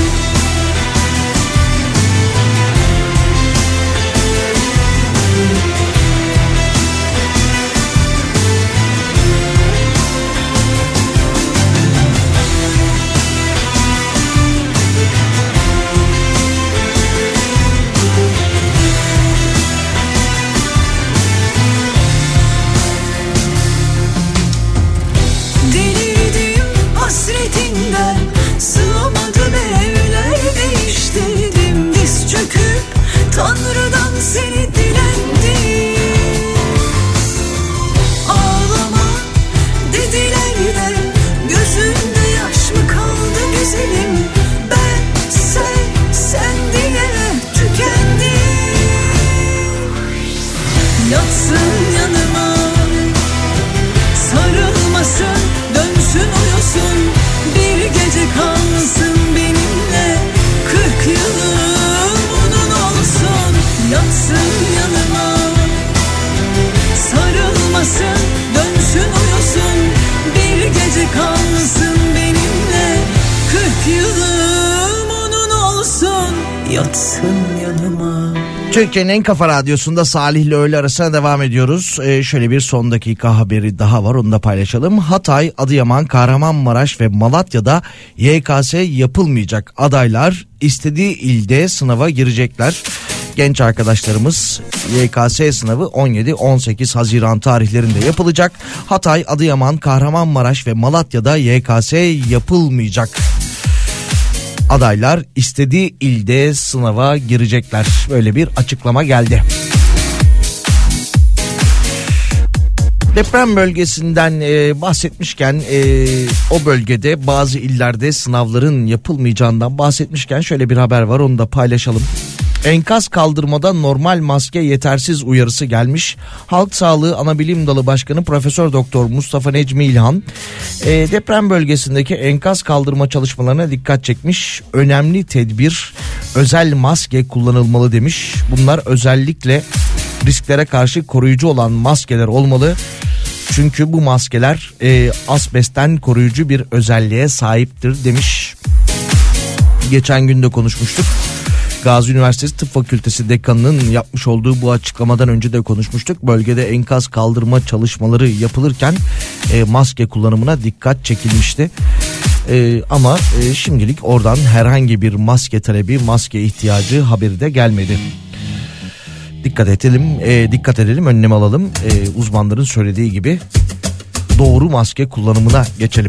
Hasretinden sığamadım evler değiştirdim. Diz çöküp Tanrı'dan seni dilendim. Ağlama dediler de gözünde yaş mı kaldı güzelim? Ben sen sen diye tükendim. Yatsın yanıma, sarılmasın, dönsün uyusun, bir gece kalsın benimle. Kırk yılım onun olsun, yatsın yanıma. Sarılmasın, dönsün uyusun, bir gece kalsın benimle. Kırk yılım onun olsun, yatsın yanıma. Türkiye'nin en kafa radyosunda Salih ile öğle arasına devam ediyoruz. Ee, şöyle bir son dakika haberi daha var, onu da paylaşalım. Hatay, Adıyaman, Kahramanmaraş ve Malatya'da Y K S yapılmayacak. Adaylar istediği ilde sınava girecekler. Genç arkadaşlarımız Y K S sınavı on yedi on sekiz Haziran tarihlerinde yapılacak. Hatay, Adıyaman, Kahramanmaraş ve Malatya'da Y K S yapılmayacak. Adaylar istediği ilde sınava girecekler. Böyle bir açıklama geldi. Deprem bölgesinden e, bahsetmişken e, o bölgede bazı illerde sınavların yapılmayacağından bahsetmişken şöyle bir haber var, onu da paylaşalım. Enkaz kaldırmada normal maske yetersiz uyarısı gelmiş. Halk Sağlığı Anabilim Dalı Başkanı Profesör Doktor Mustafa Necmi İlhan e, deprem bölgesindeki enkaz kaldırma çalışmalarına dikkat çekmiş. Önemli tedbir özel maske kullanılmalı demiş. Bunlar özellikle risklere karşı koruyucu olan maskeler olmalı. Çünkü bu maskeler e, asbestten koruyucu bir özelliğe sahiptir demiş. Geçen gün de konuşmuştuk. Gazi Üniversitesi Tıp Fakültesi Dekanı'nın yapmış olduğu bu açıklamadan önce de konuşmuştuk. Bölgede enkaz kaldırma çalışmaları yapılırken e, maske kullanımına dikkat çekilmişti. E, ama e, şimdilik oradan herhangi bir maske talebi, maske ihtiyacı haberi de gelmedi. Dikkat edelim, e, dikkat edelim, önlem alalım. E, uzmanların söylediği gibi doğru maske kullanımına geçelim.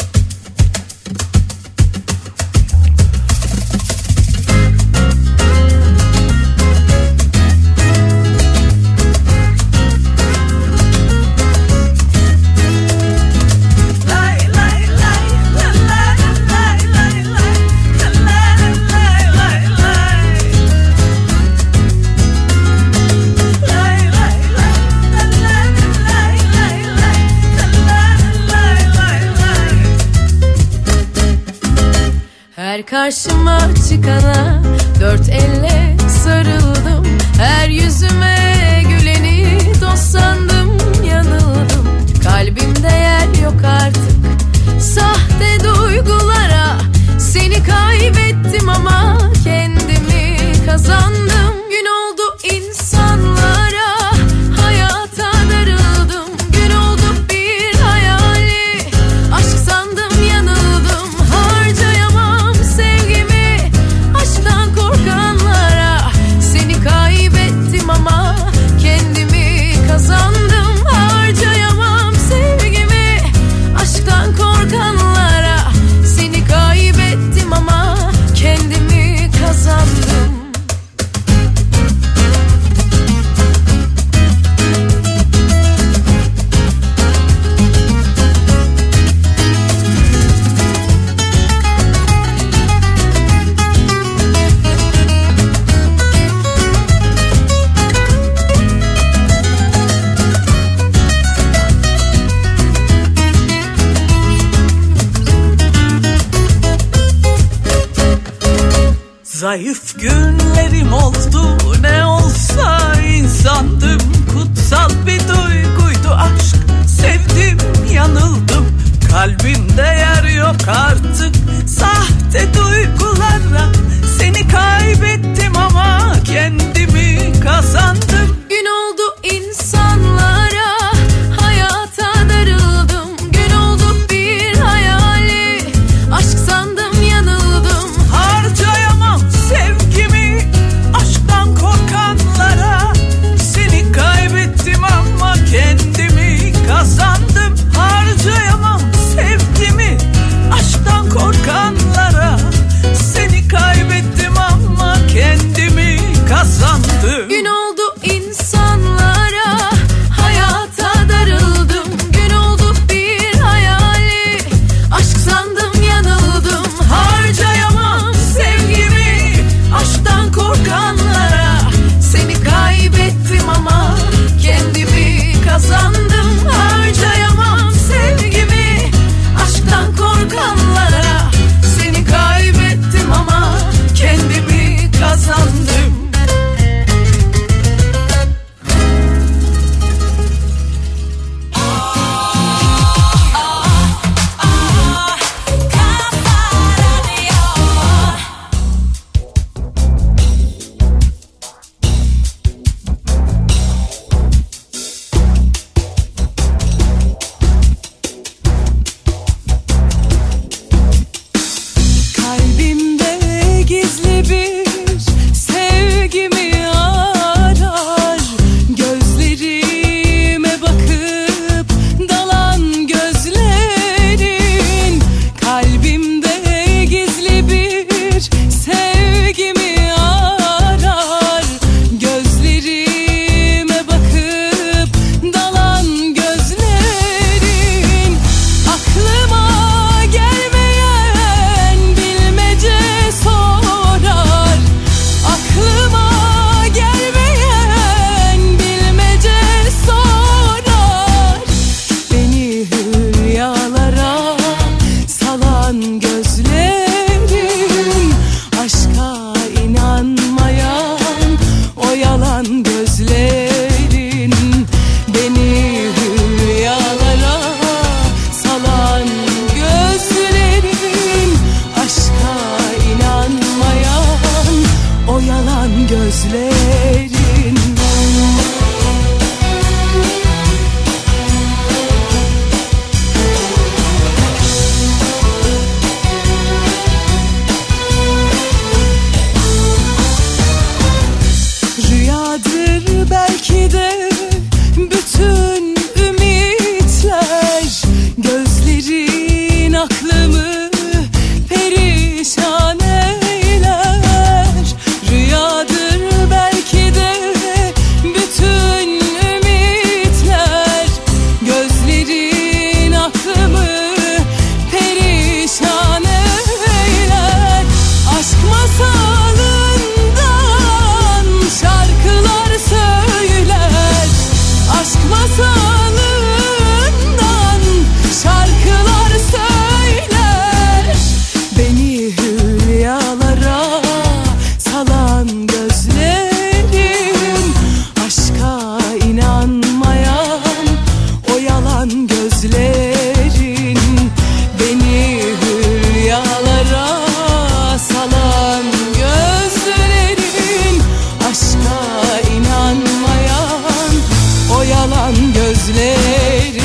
Karşıma çıkana dört elle sarıldım. Her yüzüme güleni dost sandım, yanıldım. Kalbimde yer yok artık sahte duygulara. Seni kaybettim ama kendimi kazandım. Gün oldu insanlara, hayata darıldım. Gün oldu bir hayali, aşk sandım, yanıldım. Harcayamam sevgimi aşktan korkanlara. Seni kaybettim ama Zayıf günlerim oldu, ne olsa insandım. Kutsal bir duyguydu aşk, sevdim yanıldım. Kalbimde yer yok artık sahte duygulara. Seni kaybettim ama kendimi kazandım. Gün oldu insanlara, hayata darıldım. Gün oldu bir hayali, aşk sandım yanıldım. Harcayamam sevgimi aşktan korkanlara. Seni kaybettim ama kendimi kazandım. Harcayamam sevgimi aşktan korkanlara. Seni kaybettim ama kendimi kazandım. Gün oldu insanlara, hayata darıldım. Gün oldu bir hayali, aşk sandım yanıldım. Harcayamam sevgimi aşktan korkanlara. Seni kaybettim ama kendimi kazandım. Harcayamam sevgimi aşktan korkanlara. Seni kaybettim ama kendimi kazandım. Kalbimde gizli bir sevgimi arar. Gözlerime bakıp dalan gözlerin. Kalbimde gizli bir sevgimi arar. Gözlerime bakıp dalan gözlerin. Aklıma gelmeyen bilmece sorar. Aklıma gelmeyen bilmece sorar. Beni hülyalara salan gözlerin. Aşka inanmayan o yalan gözlerin. Beni hülyalara salan gözlerin. Aşka inanmayan o yalan gözlerin. Rüyadır belki de bütün ümitler. Gözlerin aklımı perişan eyler. Rüyadır belki de bütün ümitler. Gözlerin aklımı perişan eyler. Aşk masalından şarkılar söyler. Aşk masalından şarkılar söyler. Beni hülyalara salan gözlerim. Aşka inanmayan o yalan gözlerin. Beni hülyalara salan gözlerin. Aşka inanmayan o yalan gözlerin.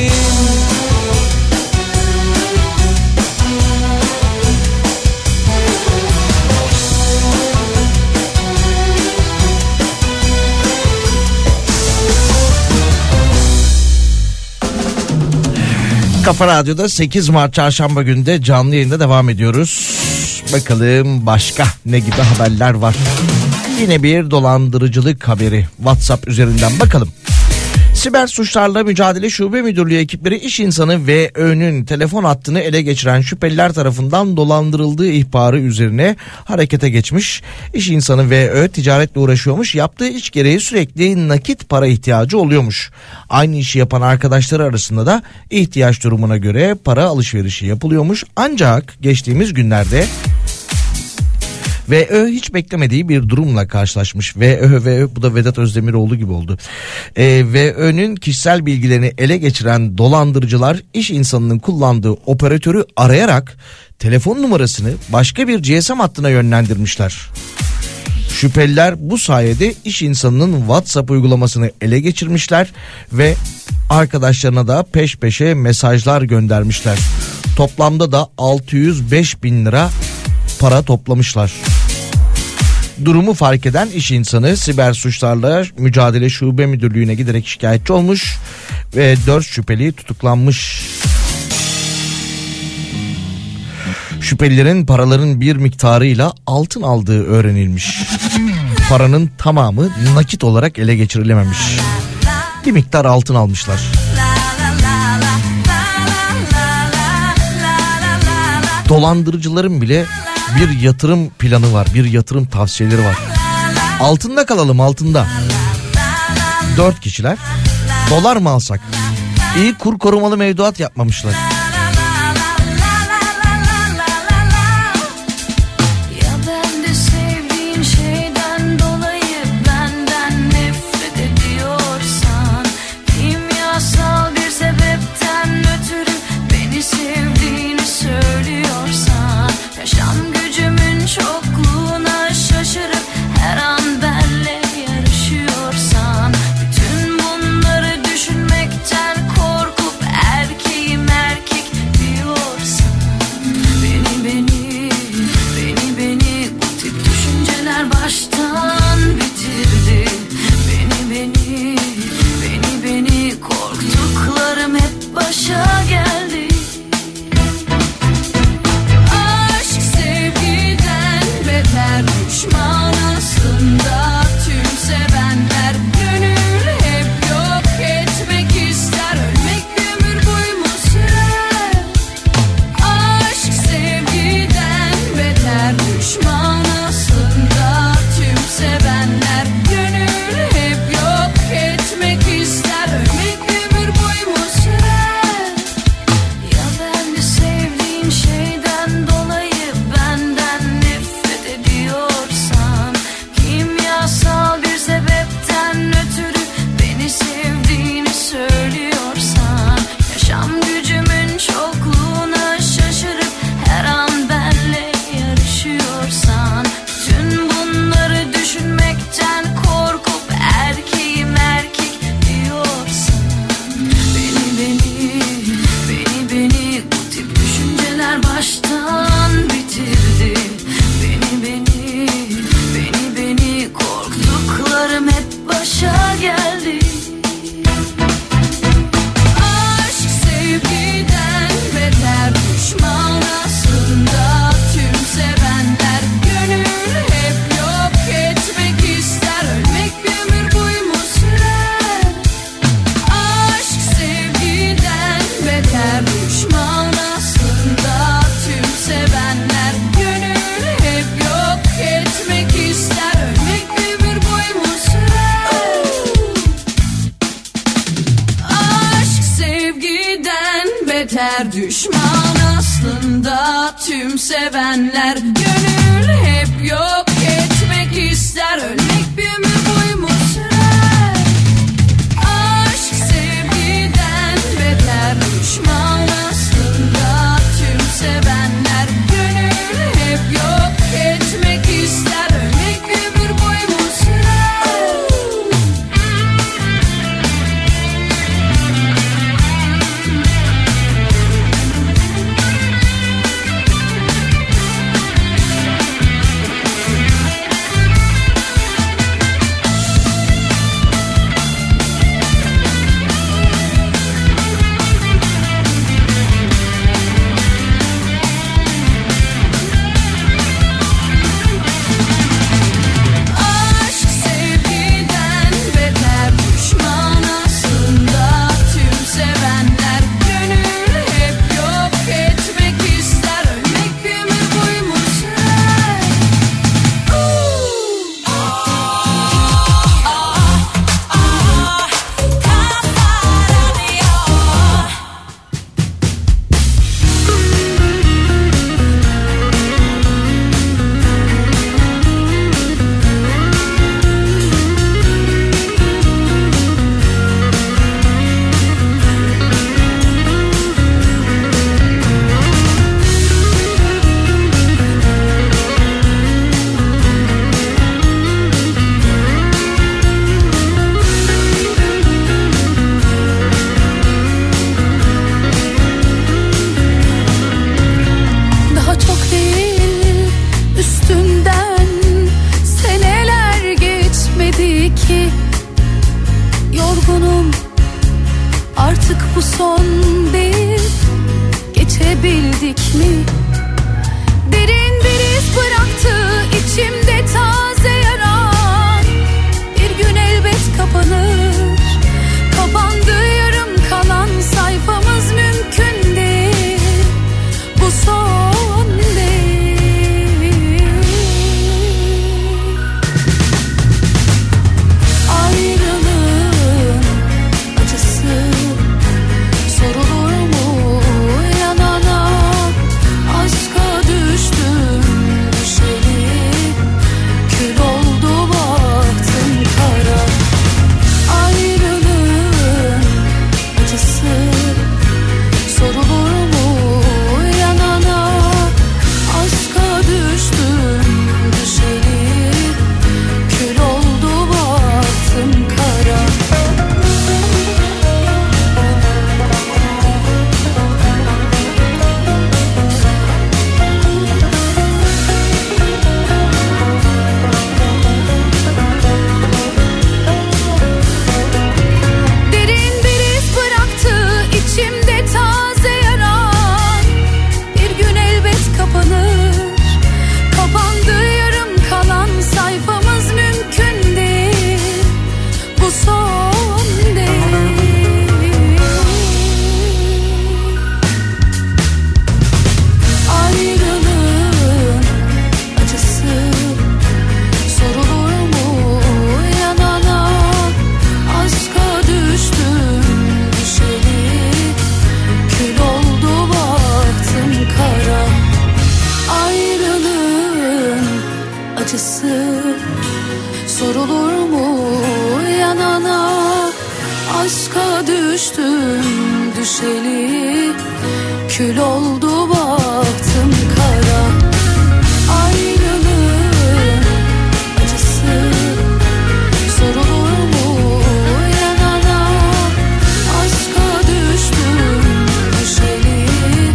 Kafa Radyo'da sekiz Mart Çarşamba günde canlı yayında devam ediyoruz. Bakalım başka ne gibi haberler var. Yine bir dolandırıcılık haberi WhatsApp üzerinden bakalım. Siber Suçlarla Mücadele Şube Müdürlüğü ekipleri iş insanı V Ö'nün telefon hattını ele geçiren şüpheliler tarafından dolandırıldığı ihbarı üzerine harekete geçmiş. İş insanı V Ö ticaretle uğraşıyormuş. Yaptığı iş gereği sürekli nakit para ihtiyacı oluyormuş. Aynı işi yapan arkadaşları arasında da ihtiyaç durumuna göre para alışverişi yapılıyormuş. Ancak geçtiğimiz günlerde Ve Ö hiç beklemediği bir durumla karşılaşmış. Ve Ö ve Ö, bu da Vedat Özdemiroğlu gibi oldu. E, ve Ö'nün kişisel bilgilerini ele geçiren dolandırıcılar iş insanının kullandığı operatörü arayarak telefon numarasını başka bir G S M hattına yönlendirmişler. Şüpheliler bu sayede iş insanının WhatsApp uygulamasını ele geçirmişler ve arkadaşlarına da peş peşe mesajlar göndermişler. Toplamda da altı yüz beş bin lira para toplamışlar. Durumu fark eden iş insanı Siber Suçlarla Mücadele Şube Müdürlüğü'ne giderek şikayetçi olmuş ve dört şüpheli tutuklanmış. Şüphelilerin paraların bir miktarıyla altın aldığı öğrenilmiş. Paranın tamamı nakit olarak ele geçirilememiş. Bir miktar altın almışlar. Dolandırıcıların bile bir yatırım planı var, bir yatırım tavsiyeleri var. Altında kalalım, altında. Dört kişiler dolar mı alsak? İyi kur korumalı mevduat yapmamışlar. Artık bu son değil, geçebildik mi? Derin bir iz bıraktı içimde taze yara. Bir gün elbet kapanır. Kapandı yarım kalan sayfamız, mümkün değil. Bu son değil. Ayrılığın acısı sorulur mu yanana? Aşka düştüm düşeli, kül oldu baktım kara. Ayrılığın acısı sorulur mu yanana? Aşka düştüm düşeli, kül oldu baktım kara. Derin bir iz bıraktı içimde taze yara. Bir gün elbet kapanır. Kapandı yarım kalan sayfamız, mümkün değil. Bu son değil. Ayrılığın acısı sorulur mu yanana? Aşka düştüm düşeli, kül oldu baktım kara. Ayrılığın acısı sorulur mu yanana? Aşka düştüm düşeli, kül oldu baktım kara. Ayrılığın acısı sorulur mu yanana? Aşka düştüm düşeli.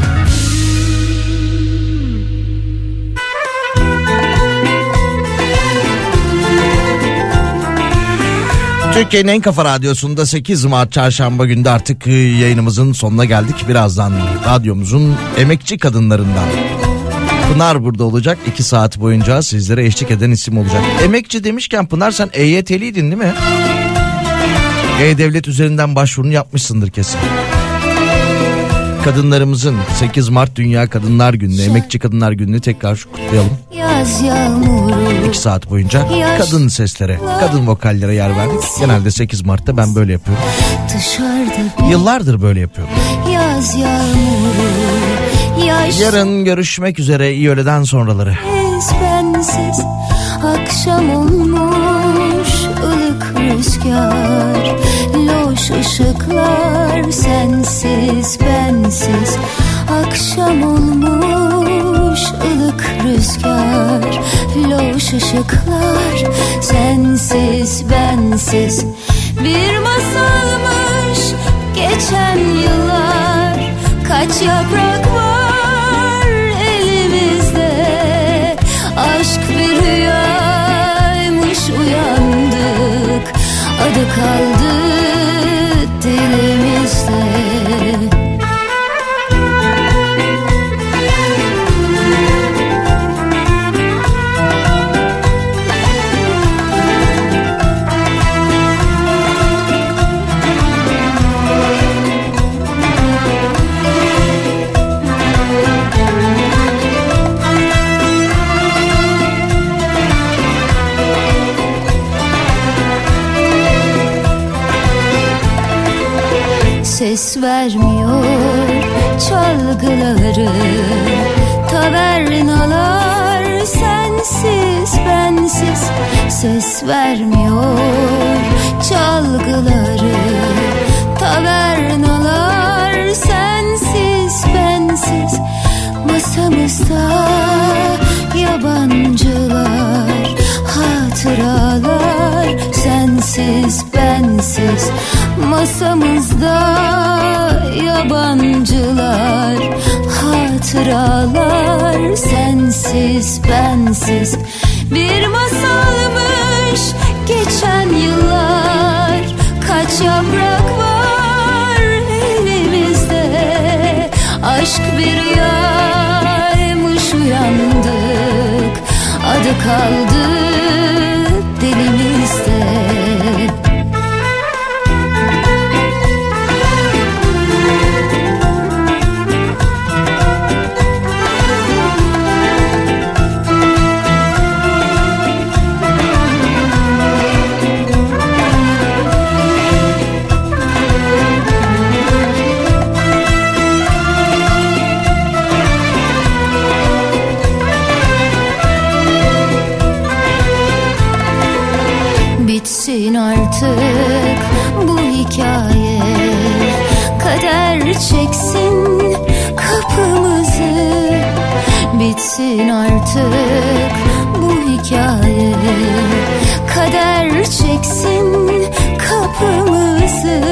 Türkiye'nin en kafa radyosunda sekiz Mart çarşamba günde artık yayınımızın sonuna geldik. Birazdan radyomuzun emekçi kadınlarından Pınar burada olacak. iki saat boyunca sizlere eşlik eden isim olacak. Emekçi demişken Pınar, sen E Y T'liydin değil mi? E-Devlet üzerinden başvurunu yapmışsındır kesin. Kadınlarımızın sekiz Mart Dünya Kadınlar Günü'nü, Emekçi Kadınlar Günü'nü tekrar kutlayalım. Yaz yağmuru, iki saat boyunca kadın seslere, kadın vokallere yer verdik. Genelde sekiz Mart'ta ben böyle yapıyorum. dışarıda Yıllardır böyle yapıyorum. yaz yağmuru, yaş Yarın görüşmek üzere, iyi öğleden sonraları. bensiz. Akşam olmuş, ılık rüzgar, loş ışıklar, sensiz bensiz. Akşam olmuş, ılık rüzgar, loş ışıklar, sensiz bensiz. Bir masalmış geçen yıllar, kaç yaprak var elimizde. Aşk bir rüyaymış, uyandık, adı kaldı dilimizde. Ses vermiyor çalgıları, tavernalar, sensiz bensiz. Ses vermiyor çalgıları, tavernalar, sensiz bensiz. Masamızda yabancılar, hatıralar, sensiz bensiz. Masamızda yabancılar, hatıralar, sensiz bensiz. Bir masalmış geçen yıllar, kaç yaprak var Aşk bir rüyaymış, uyandık, adı kaldı dilimizde. Bitsin artık bu hikaye, kader çeksin kapımızı. Bitsin artık bu hikaye, kader çeksin kapımızı.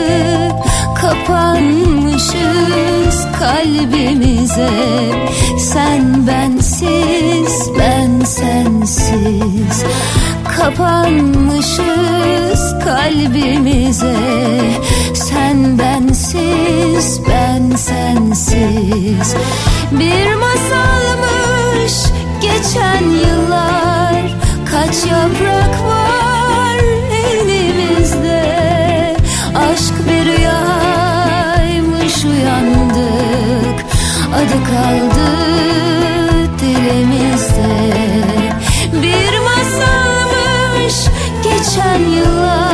Kapanmışız kalbimize, sen bensiz, ben sensiz. Kapanmışız kalbimize, sen bensiz, ben sensiz. Bir masalmış geçen yıllar, kaç yaprak var elimizde. Aşk bir rüyaymış, uyandık, adı kaldı dilimizde. Bir masalmış geçen yıllar,